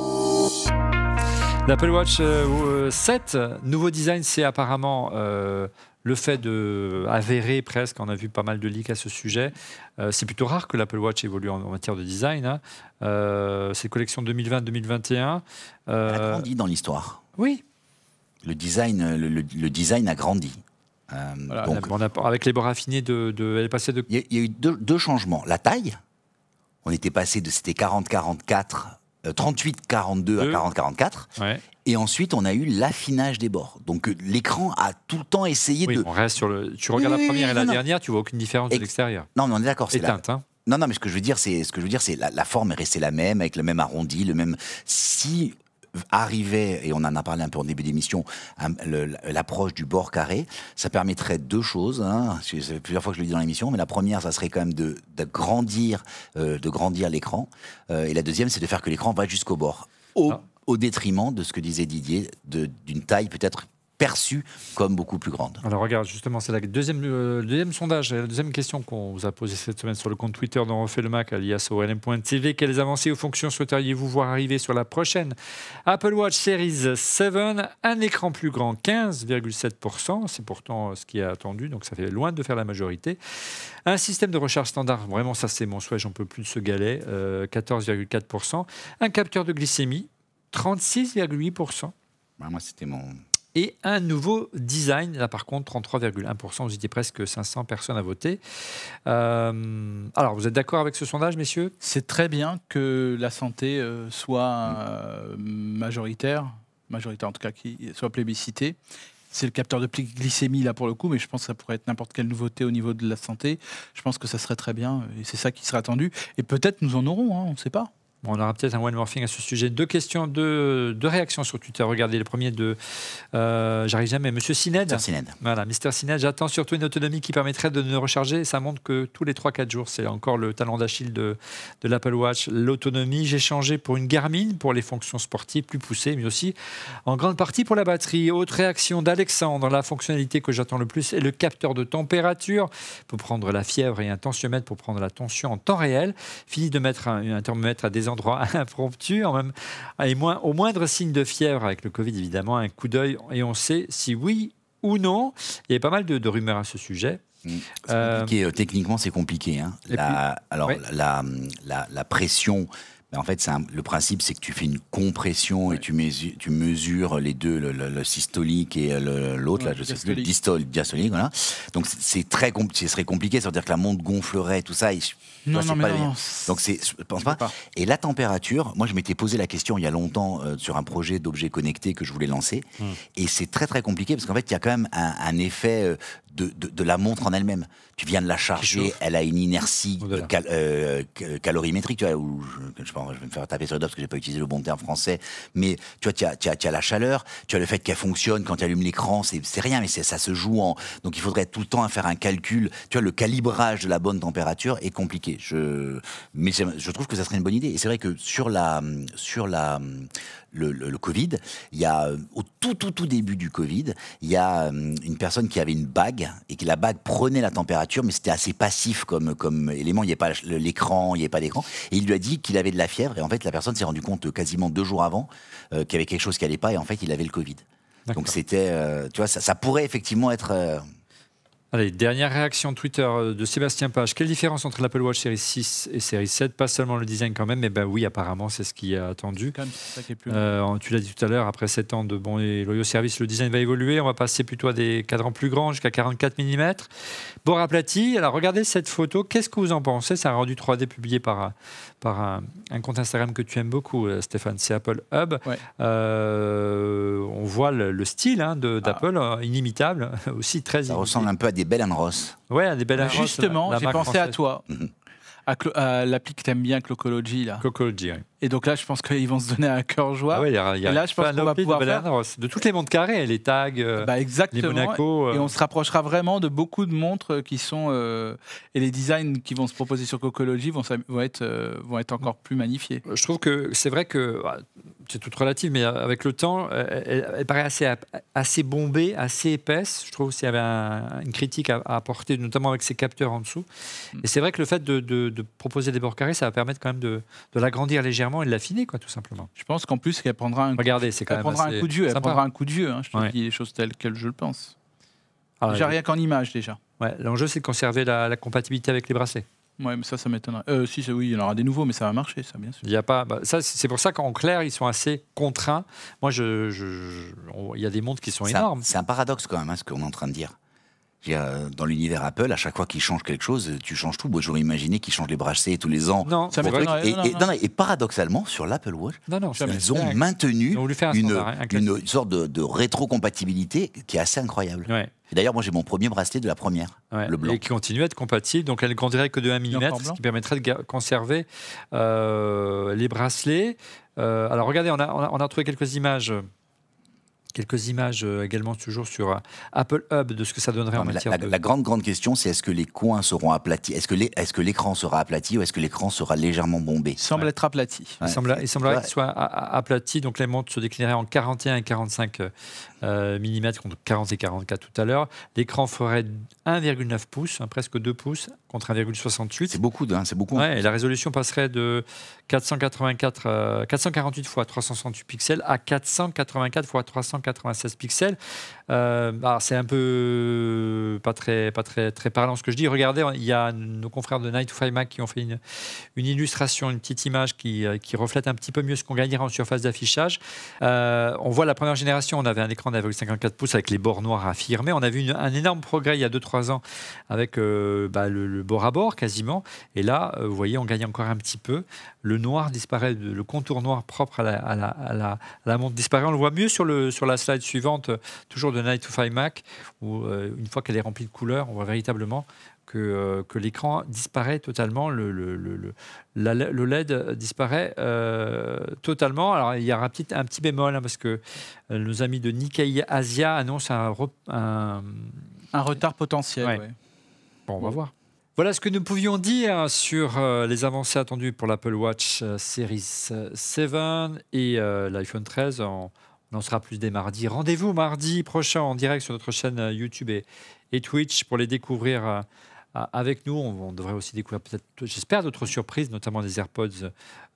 L'Apple Watch 7, nouveau design, c'est apparemment le fait avéré presque, on a vu pas mal de leaks à ce sujet. C'est plutôt rare que l'Apple Watch évolue en matière de design. Hein. C'est collection 2020-2021. Elle a grandi dans l'histoire. Oui. Le design a grandi. Voilà, donc, avec les bords affinés, elle est passée de... il y a eu deux changements. La taille, on était passé c'était 40-44, 38-42 à 40-44. Ouais. Et ensuite, on a eu l'affinage des bords. Donc, l'écran a tout le temps essayé Oui, de... on reste sur le... Tu regardes la première et la dernière, tu vois aucune différence de Et- l'extérieur. Non, mais on est d'accord. c'est Éteinte, hein. Non, mais ce que je veux dire, c'est la forme est restée la même, avec le même arrondi, le même... Si arrivait, et on en a parlé un peu en début d'émission, l'approche du bord carré, ça permettrait deux choses. Hein. C'est plusieurs fois que je le dis dans l'émission, mais la première, ça serait quand même de grandir l'écran. Et la deuxième, c'est de faire que l'écran va jusqu'au bord. Au détriment de ce que disait Didier, d'une taille peut-être perçue comme beaucoup plus grande. Alors regarde, justement, c'est le deuxième sondage, la deuxième question qu'on vous a posée cette semaine sur le compte Twitter dont on refait le Mac, alias ORLM.tv. Quelles avancées ou fonctions souhaiteriez-vous voir arriver sur la prochaine Apple Watch Series 7? Un écran plus grand, 15,7%. C'est pourtant ce qui est attendu, donc ça fait loin de faire la majorité. Un système de recharge standard, vraiment ça c'est mon souhait, j'en peux plus de ce galet, 14,4%. Un capteur de glycémie, 36,8%. Moi, c'était mon... Et un nouveau design, là par contre 33,1%, vous étiez presque 500 personnes à voter. Alors vous êtes d'accord avec ce sondage, messieurs? C'est très bien que la santé soit majoritaire en tout cas, qui soit plébiscitée. C'est le capteur de glycémie là pour le coup, mais je pense que ça pourrait être n'importe quelle nouveauté au niveau de la santé. Je pense que ça serait très bien et c'est ça qui sera attendu. Et peut-être nous en aurons, hein, on ne sait pas. Bon, on aura peut-être un one morphing à ce sujet. Deux questions, deux réactions sur Twitter. Regardez le premier de, j'arrive jamais, Monsieur Sined. Mr. Sined. Voilà, Mr. Sined. J'attends surtout une autonomie qui permettrait de ne recharger. Ça montre que tous les 3-4 jours, c'est encore le talon d'Achille de l'Apple Watch. L'autonomie, j'ai changé pour une Garmin, pour les fonctions sportives plus poussées, mais aussi en grande partie pour la batterie. Autre réaction d'Alexandre. La fonctionnalité que j'attends le plus est le capteur de température pour prendre la fièvre et un tensiomètre pour prendre la tension en temps réel. Fini de mettre un thermomètre à des endroits impromptus, au moindre signe de fièvre avec le Covid évidemment, un coup d'œil et on sait si oui ou non. Il y a pas mal de rumeurs à ce sujet. C'est compliqué. Techniquement, c'est compliqué. Hein. La pression. Mais en fait, le principe, c'est que tu fais une compression et tu mesures les deux, le systolique et l'autre, là, je sais plus, le diastolique, voilà. Donc ce serait compliqué, c'est-à-dire que la montre gonflerait, tout ça. Non. Donc je pense pas. Et la température, moi je m'étais posé la question il y a longtemps sur un projet d'objets connectés que je voulais lancer, et c'est très très compliqué parce qu'en fait il y a quand même un effet de la montre en elle-même. Tu viens de la charger, elle a une inertie calorimétrique, tu vois, je vais me faire taper sur le dos parce que j'ai pas utilisé le bon terme français, mais tu vois, tu as la chaleur, tu as le fait qu'elle fonctionne quand tu allumes l'écran, c'est rien, mais ça se joue donc il faudrait tout le temps faire un calcul, tu vois, le calibrage de la bonne température est compliqué. Mais je trouve que ça serait une bonne idée, et c'est vrai que sur le Covid, il y a au tout début du Covid, il y a une personne qui avait une bague et que la bague prenait la température, mais c'était assez passif comme élément. Il n'y avait pas l'écran, il n'y avait pas d'écran. Et il lui a dit qu'il avait de la fièvre. Et en fait, la personne s'est rendu compte quasiment 2 jours avant qu'il y avait quelque chose qui n'allait pas. Et en fait, il avait le Covid. D'accord. Donc c'était, tu vois, ça pourrait effectivement être. Allez, dernière réaction Twitter de Sébastien Page. Quelle différence entre l'Apple Watch Series 6 et Series 7? Pas seulement le design quand même, mais ben oui, apparemment, c'est ce qui est attendu. Quand même, c'est ça qui est plus... Tu l'as dit tout à l'heure, après 7 ans de bons et loyaux services, le design va évoluer. On va passer plutôt à des cadrans plus grands, jusqu'à 44 mm. Bord aplati. Alors, regardez cette photo. Qu'est-ce que vous en pensez? C'est un rendu 3D publié par un compte Instagram que tu aimes beaucoup, Stéphane. C'est Apple Hub. Ouais. On voit le style d'Apple, inimitable, aussi très Ça imité. ressemble un peu à des Bell & Ross. Ouais, des belles Justement, j'ai pensé à toi, à l'appli que t'aimes bien, Clocology, là. Clocology, oui. Et donc là, je pense qu'ils vont se donner un cœur joie. Ah ouais, il y a et là, je pense qu'on va pouvoir faire de toutes les montres carrées, les tags, exactement. les Monaco. Et on se rapprochera vraiment de beaucoup de montres qui sont et les designs qui vont se proposer sur Clocology vont être encore plus magnifiés. Je trouve que c'est vrai que c'est tout relatif, mais avec le temps, elle paraît assez bombée, assez épaisse. Je trouve qu'il y avait une critique à apporter, notamment avec ses capteurs en dessous. Et c'est vrai que le fait de proposer des bords carrés, ça va permettre quand même de l'agrandir légèrement et de l'affiner, quoi, tout simplement. Je pense qu'en plus, qu'elle prendra un coup de vieux. Elle prendra un coup de vieux. Je te dis les choses telles quelles je le pense. Déjà, rien qu'en image, déjà. Ouais, l'enjeu, c'est de conserver la compatibilité avec les bracelets. Ouais, mais ça m'étonnerait. Oui, il y en aura des nouveaux, mais ça va marcher, ça, bien sûr. Il y a pas, ça, c'est pour ça qu'en clair, ils sont assez contraints. Moi, il y a des montres qui sont énormes. C'est un paradoxe quand même, ce qu'on est en train de dire. Dans l'univers Apple, à chaque fois qu'ils changent quelque chose, tu changes tout. Moi, j'aurais imaginé qu'ils changent les bracelets tous les ans. Non, ça Pour m'étonnerait. truc. Et paradoxalement, sur l'Apple Watch, ils ont maintenu Ils ont voulu faire un standard, un une sorte de rétrocompatibilité qui est assez incroyable. Ouais. Et d'ailleurs, moi, j'ai mon premier bracelet de la première, le blanc. Et qui continue à être compatible. Donc, elle ne grandirait que de 1 mm, ce qui permettrait de conserver les bracelets. Alors, regardez, on a trouvé quelques images. Quelques images également toujours sur Apple Hub de ce que ça donnerait en matière de... La grande question, c'est est-ce que les coins seront aplatis? Est-ce que l'écran sera aplati ou est-ce que l'écran sera légèrement bombé? Il semble être aplati. Il semblerait qu'il soit aplati, donc les montres se déclineraient en 41 et 45 mm contre 40 et 44 tout à l'heure. L'écran ferait 1,9 pouces, presque 2 pouces, contre 1,68. C'est beaucoup, c'est beaucoup. Et la résolution passerait de 448 x 368 pixels à 484 x 396 pixels. C'est un peu pas très parlant ce que je dis. Regardez, il y a nos confrères de Night to 5 Mac qui ont fait une illustration, une petite image qui reflète un petit peu mieux ce qu'on gagnerait en surface d'affichage. On voit la première génération, on avait un écran d'1,54 pouces avec les bords noirs affirmés. On a vu un énorme progrès il y a 2-3 ans avec le bord à bord quasiment. Et là, vous voyez, on gagne encore un petit peu. Le noir disparaît, le contour noir propre à la montre disparaît. On le voit mieux sur la slide suivante, toujours de Night to 5 Mac, où une fois qu'elle est remplie de couleurs, on voit véritablement que l'écran disparaît totalement, le LED disparaît totalement. Alors il y aura un petit bémol parce que nos amis de Nikkei Asia annoncent un retard potentiel. Ouais. Ouais. Bon, on va voir. Voilà ce que nous pouvions dire sur les avancées attendues pour l'Apple Watch Series 7 et l'iPhone 13. On en sera plus dès mardi. Rendez-vous mardi prochain en direct sur notre chaîne YouTube et Twitch pour les découvrir avec nous. On devrait aussi découvrir peut-être, j'espère, d'autres surprises, notamment des AirPods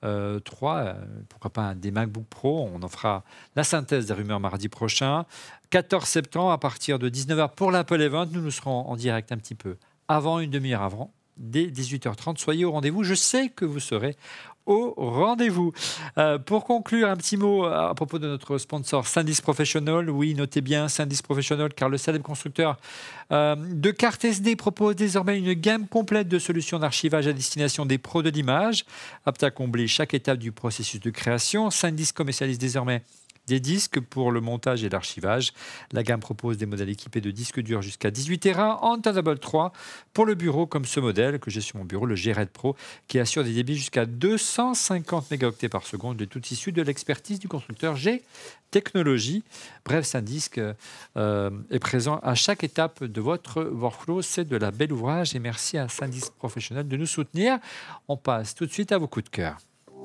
3, pourquoi pas des MacBook Pro. On en fera la synthèse des rumeurs mardi prochain. 14 septembre, à partir de 19h pour l'Apple Event, nous serons en direct un petit peu avant, une demi-heure avant, dès 18h30. Soyez au rendez-vous. Je sais que vous serez au rendez-vous. Pour conclure, un petit mot à propos de notre sponsor SanDisk Professional. Oui, notez bien SanDisk Professional, car le célèbre constructeur de cartes SD propose désormais une gamme complète de solutions d'archivage à destination des pros de l'image, apte à combler chaque étape du processus de création. SanDisk commercialise désormais des disques pour le montage et l'archivage. La gamme propose des modèles équipés de disques durs jusqu'à 18 Tera en Thunderbolt 3 pour le bureau, comme ce modèle que j'ai sur mon bureau, le G-Red Pro, qui assure des débits jusqu'à 250 mégaoctets par seconde, le tout issu de l'expertise du constructeur G Technologies. Bref, SanDisk est présent à chaque étape de votre workflow. C'est de la belle ouvrage et merci à SanDisk Professionnel de nous soutenir. On passe tout de suite à vos coups de cœur.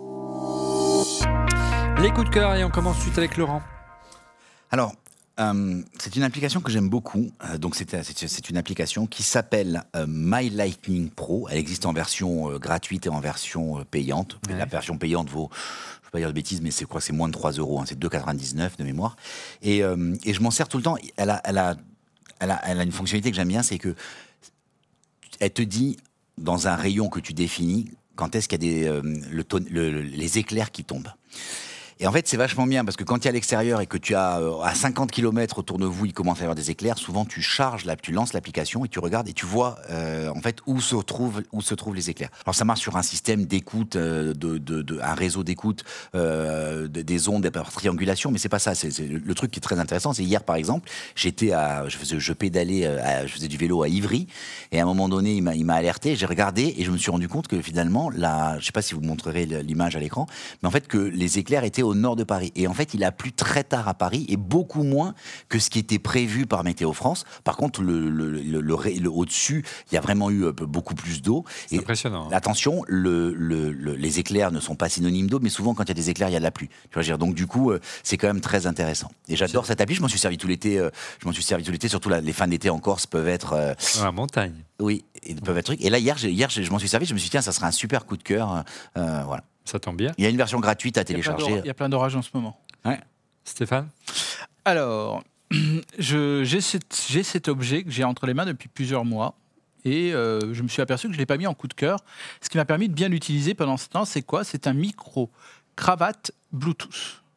Les coups de cœur, et on commence tout de suite avec Laurent. Alors, c'est une application que j'aime beaucoup. Donc c'est une application qui s'appelle My Lightning Pro. Elle existe en version gratuite et en version payante. Ouais. La version payante vaut, je ne vais pas dire de bêtises, mais c'est moins de 3 €. C'est 2,99 de mémoire. Et je m'en sers tout le temps. Elle a une fonctionnalité que j'aime bien, c'est que elle te dit, dans un rayon que tu définis, quand est-ce qu'il y a les éclairs qui tombent. Et en fait, c'est vachement bien parce que quand tu es à l'extérieur et que tu as à 50 km autour de vous, il commence à y avoir des éclairs. Souvent, tu lances l'application et tu regardes et tu vois en fait où se trouvent les éclairs. Alors, ça marche sur un système d'écoute, un réseau d'écoute des ondes par triangulation, mais c'est pas ça. C'est le truc qui est très intéressant. C'est hier, par exemple, je pédalais, je faisais du vélo à Ivry et à un moment donné, il m'a alerté. J'ai regardé et je me suis rendu compte que finalement, je sais pas si vous montrerez l'image à l'écran, mais en fait que les éclairs étaient au nord de Paris. Et en fait, il a plu très tard à Paris et beaucoup moins que ce qui était prévu par Météo France. Par contre, le au-dessus, il y a vraiment eu beaucoup plus d'eau. C'est impressionnant. Attention, les éclairs ne sont pas synonymes d'eau, mais souvent, quand il y a des éclairs, il y a de la pluie. Tu vois, donc, du coup, c'est quand même très intéressant. Et j'adore cette appli. Je m'en suis servi tout l'été. Surtout les fins d'été en Corse peuvent être... Dans la montagne. Oui, ils peuvent être trucs. Et là, hier, je m'en suis servi. Je me suis dit, tiens, ça serait un super coup de cœur. Voilà. Ça tombe bien. Il y a une version gratuite à télécharger. Il y a plein d'orages en ce moment. Ouais. Stéphane ? Alors, j'ai cet objet que j'ai entre les mains depuis plusieurs mois et je me suis aperçu que je ne l'ai pas mis en coup de cœur. Ce qui m'a permis de bien l'utiliser pendant ce temps, c'est quoi ? C'est un micro-cravate Bluetooth.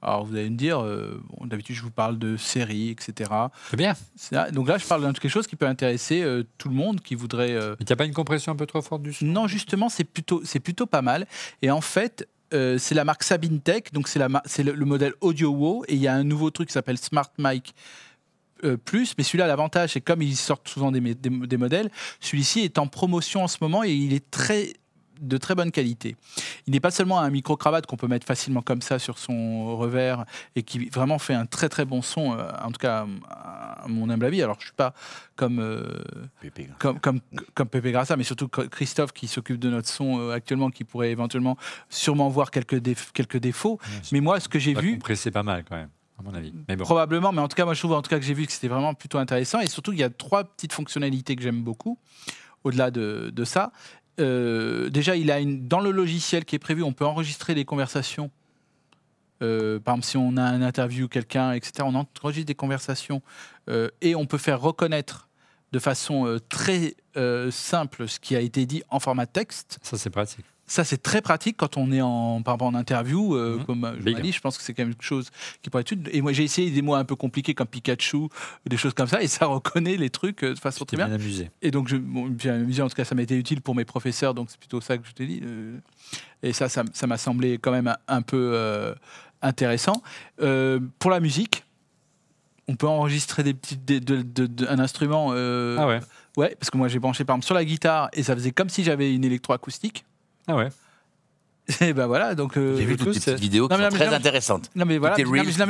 Alors vous allez me dire, bon, d'habitude je vous parle de séries, etc. C'est bien. Donc là je parle de quelque chose qui peut intéresser tout le monde qui voudrait... Mais il n'y a pas une compression un peu trop forte du son? Non, justement, c'est plutôt pas mal. Et en fait, c'est la marque Sabine Tech, donc c'est le modèle Audio Wow, et il y a un nouveau truc qui s'appelle Smart Mic Plus, mais celui-là, l'avantage, c'est comme ils sortent souvent des modèles, celui-ci est en promotion en ce moment et il est de très bonne qualité. Il n'est pas seulement un micro-cravate qu'on peut mettre facilement comme ça sur son revers et qui vraiment fait un très très bon son, en tout cas à mon humble avis. Alors je ne suis pas comme Pépé Grassa, mais surtout Christophe qui s'occupe de notre son actuellement, qui pourrait éventuellement sûrement voir quelques défauts. Mais moi, ce que j'ai vu... Compressé pas mal quand même, à mon avis. Mais bon. Probablement, mais en tout cas, moi je trouve que j'ai vu que c'était vraiment plutôt intéressant. Et surtout, il y a 3 petites fonctionnalités que j'aime beaucoup, au-delà de ça. Déjà, dans le logiciel qui est prévu, on peut enregistrer des conversations. Par exemple, si on a un interview, quelqu'un, etc., on enregistre des conversations et on peut faire reconnaître de façon très simple ce qui a été dit en format texte. Ça, c'est pratique. Ça, c'est très pratique quand on est par exemple en interview, comme journaliste. Je pense que c'est quelque chose qui pourrait être utile. Et moi, j'ai essayé des mots un peu compliqués comme Pikachu, ou des choses comme ça, et ça reconnaît les trucs de façon très bien. Bien amusé. Et donc, j'ai amusé, en tout cas, ça m'a été utile pour mes professeurs, donc c'est plutôt ça que je t'ai dit. Et ça m'a semblé quand même un peu intéressant. Pour la musique, on peut enregistrer un instrument. Ah ouais. Ouais, parce que moi, j'ai branché par exemple sur la guitare, et ça faisait comme si j'avais une électroacoustique. Ah ouais. Et ben voilà, donc j'ai vu toutes tes petites vidéos qui sont très intéressantes. Non mais voilà,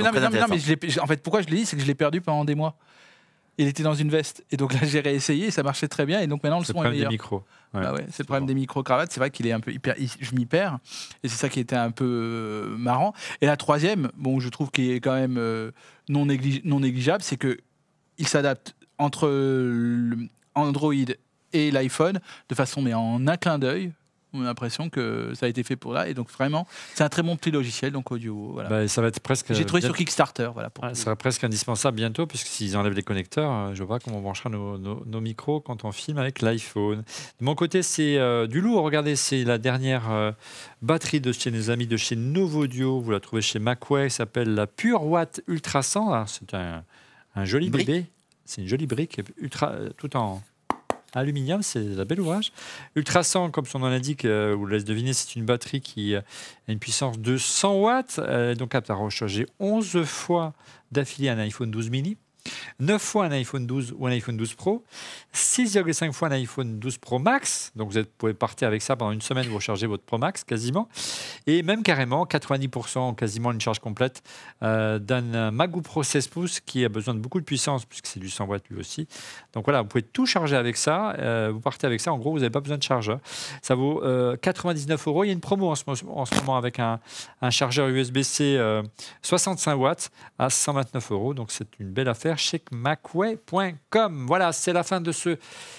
en fait pourquoi je l'ai dit, c'est que je l'ai perdu pendant des mois. Il était dans une veste et donc là j'ai réessayé et ça marchait très bien et donc maintenant le son est meilleur. Des micros. Ouais, bah ouais, c'est le problème des micro-cravates, c'est vrai qu'il est un peu je m'y perds et c'est ça qui était un peu marrant. Et la troisième, bon je trouve qu'il est quand même non négligeable, c'est que il s'adapte entre Android et l'iPhone de façon mais en un clin d'œil. On a l'impression que ça a été fait pour là. Et donc, vraiment, c'est un très bon petit logiciel, donc audio. Voilà. Bah, ça va être presque... J'ai trouvé sur Kickstarter. Voilà, ça sera presque indispensable bientôt, puisque s'ils enlèvent les connecteurs, je vois comment on branchera nos micros quand on filme avec l'iPhone. De mon côté, c'est du lourd. Regardez, c'est la dernière batterie de chez nos amis de chez Novodio. Vous la trouvez chez Macway. Elle s'appelle la Pure Watt Ultra 100. C'est un joli bébé. C'est une jolie brique, tout en... aluminium, c'est un bel ouvrage. Ultra 100, comme son nom l'indique, vous laisse deviner, c'est une batterie qui a une puissance de 100 watts, donc apte à recharger 11 fois d'affilée un iPhone 12 mini, 9 fois un iPhone 12 ou un iPhone 12 Pro, 6,5 fois un iPhone 12 Pro Max, donc vous pouvez partir avec ça pendant une semaine, vous rechargez votre Pro Max quasiment, et même carrément 90%, quasiment une charge complète d'un MacBook Pro 16 pouces qui a besoin de beaucoup de puissance puisque c'est du 100 watts lui aussi. Donc voilà, vous pouvez tout charger avec ça, vous partez avec ça, en gros vous n'avez pas besoin de chargeur. Ça vaut 99 €. Il y a une promo en ce moment avec un chargeur USB-C 65 watts à 129 €, donc c'est une belle affaire chez macway.com. Voilà, c'est la fin de ce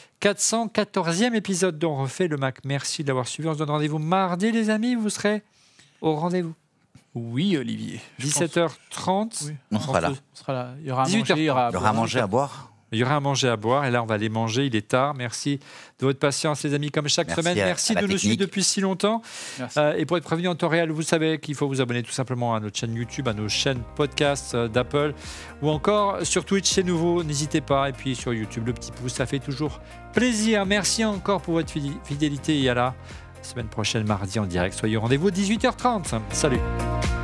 414e épisode dont on refait le Mac. Merci de l'avoir suivi. On se donne rendez-vous mardi, les amis. Vous serez au rendez-vous. Oui, Olivier. 17h30. Oui. On sera là. Il y aura à manger, il y aura à manger, à boire. Il y aura à manger, à boire. Et là, on va aller manger. Il est tard. Merci de votre patience, les amis, comme chaque semaine. Merci de nous suivre depuis si longtemps. Et pour être prévenu en temps réel, vous savez qu'il faut vous abonner tout simplement à notre chaîne YouTube, à nos chaînes podcast d'Apple ou encore sur Twitch, c'est nouveau. N'hésitez pas. Et puis sur YouTube, le petit pouce, ça fait toujours plaisir. Merci encore pour votre fidélité. Et à la semaine prochaine, mardi, en direct. Soyez au rendez-vous 18h30. Salut.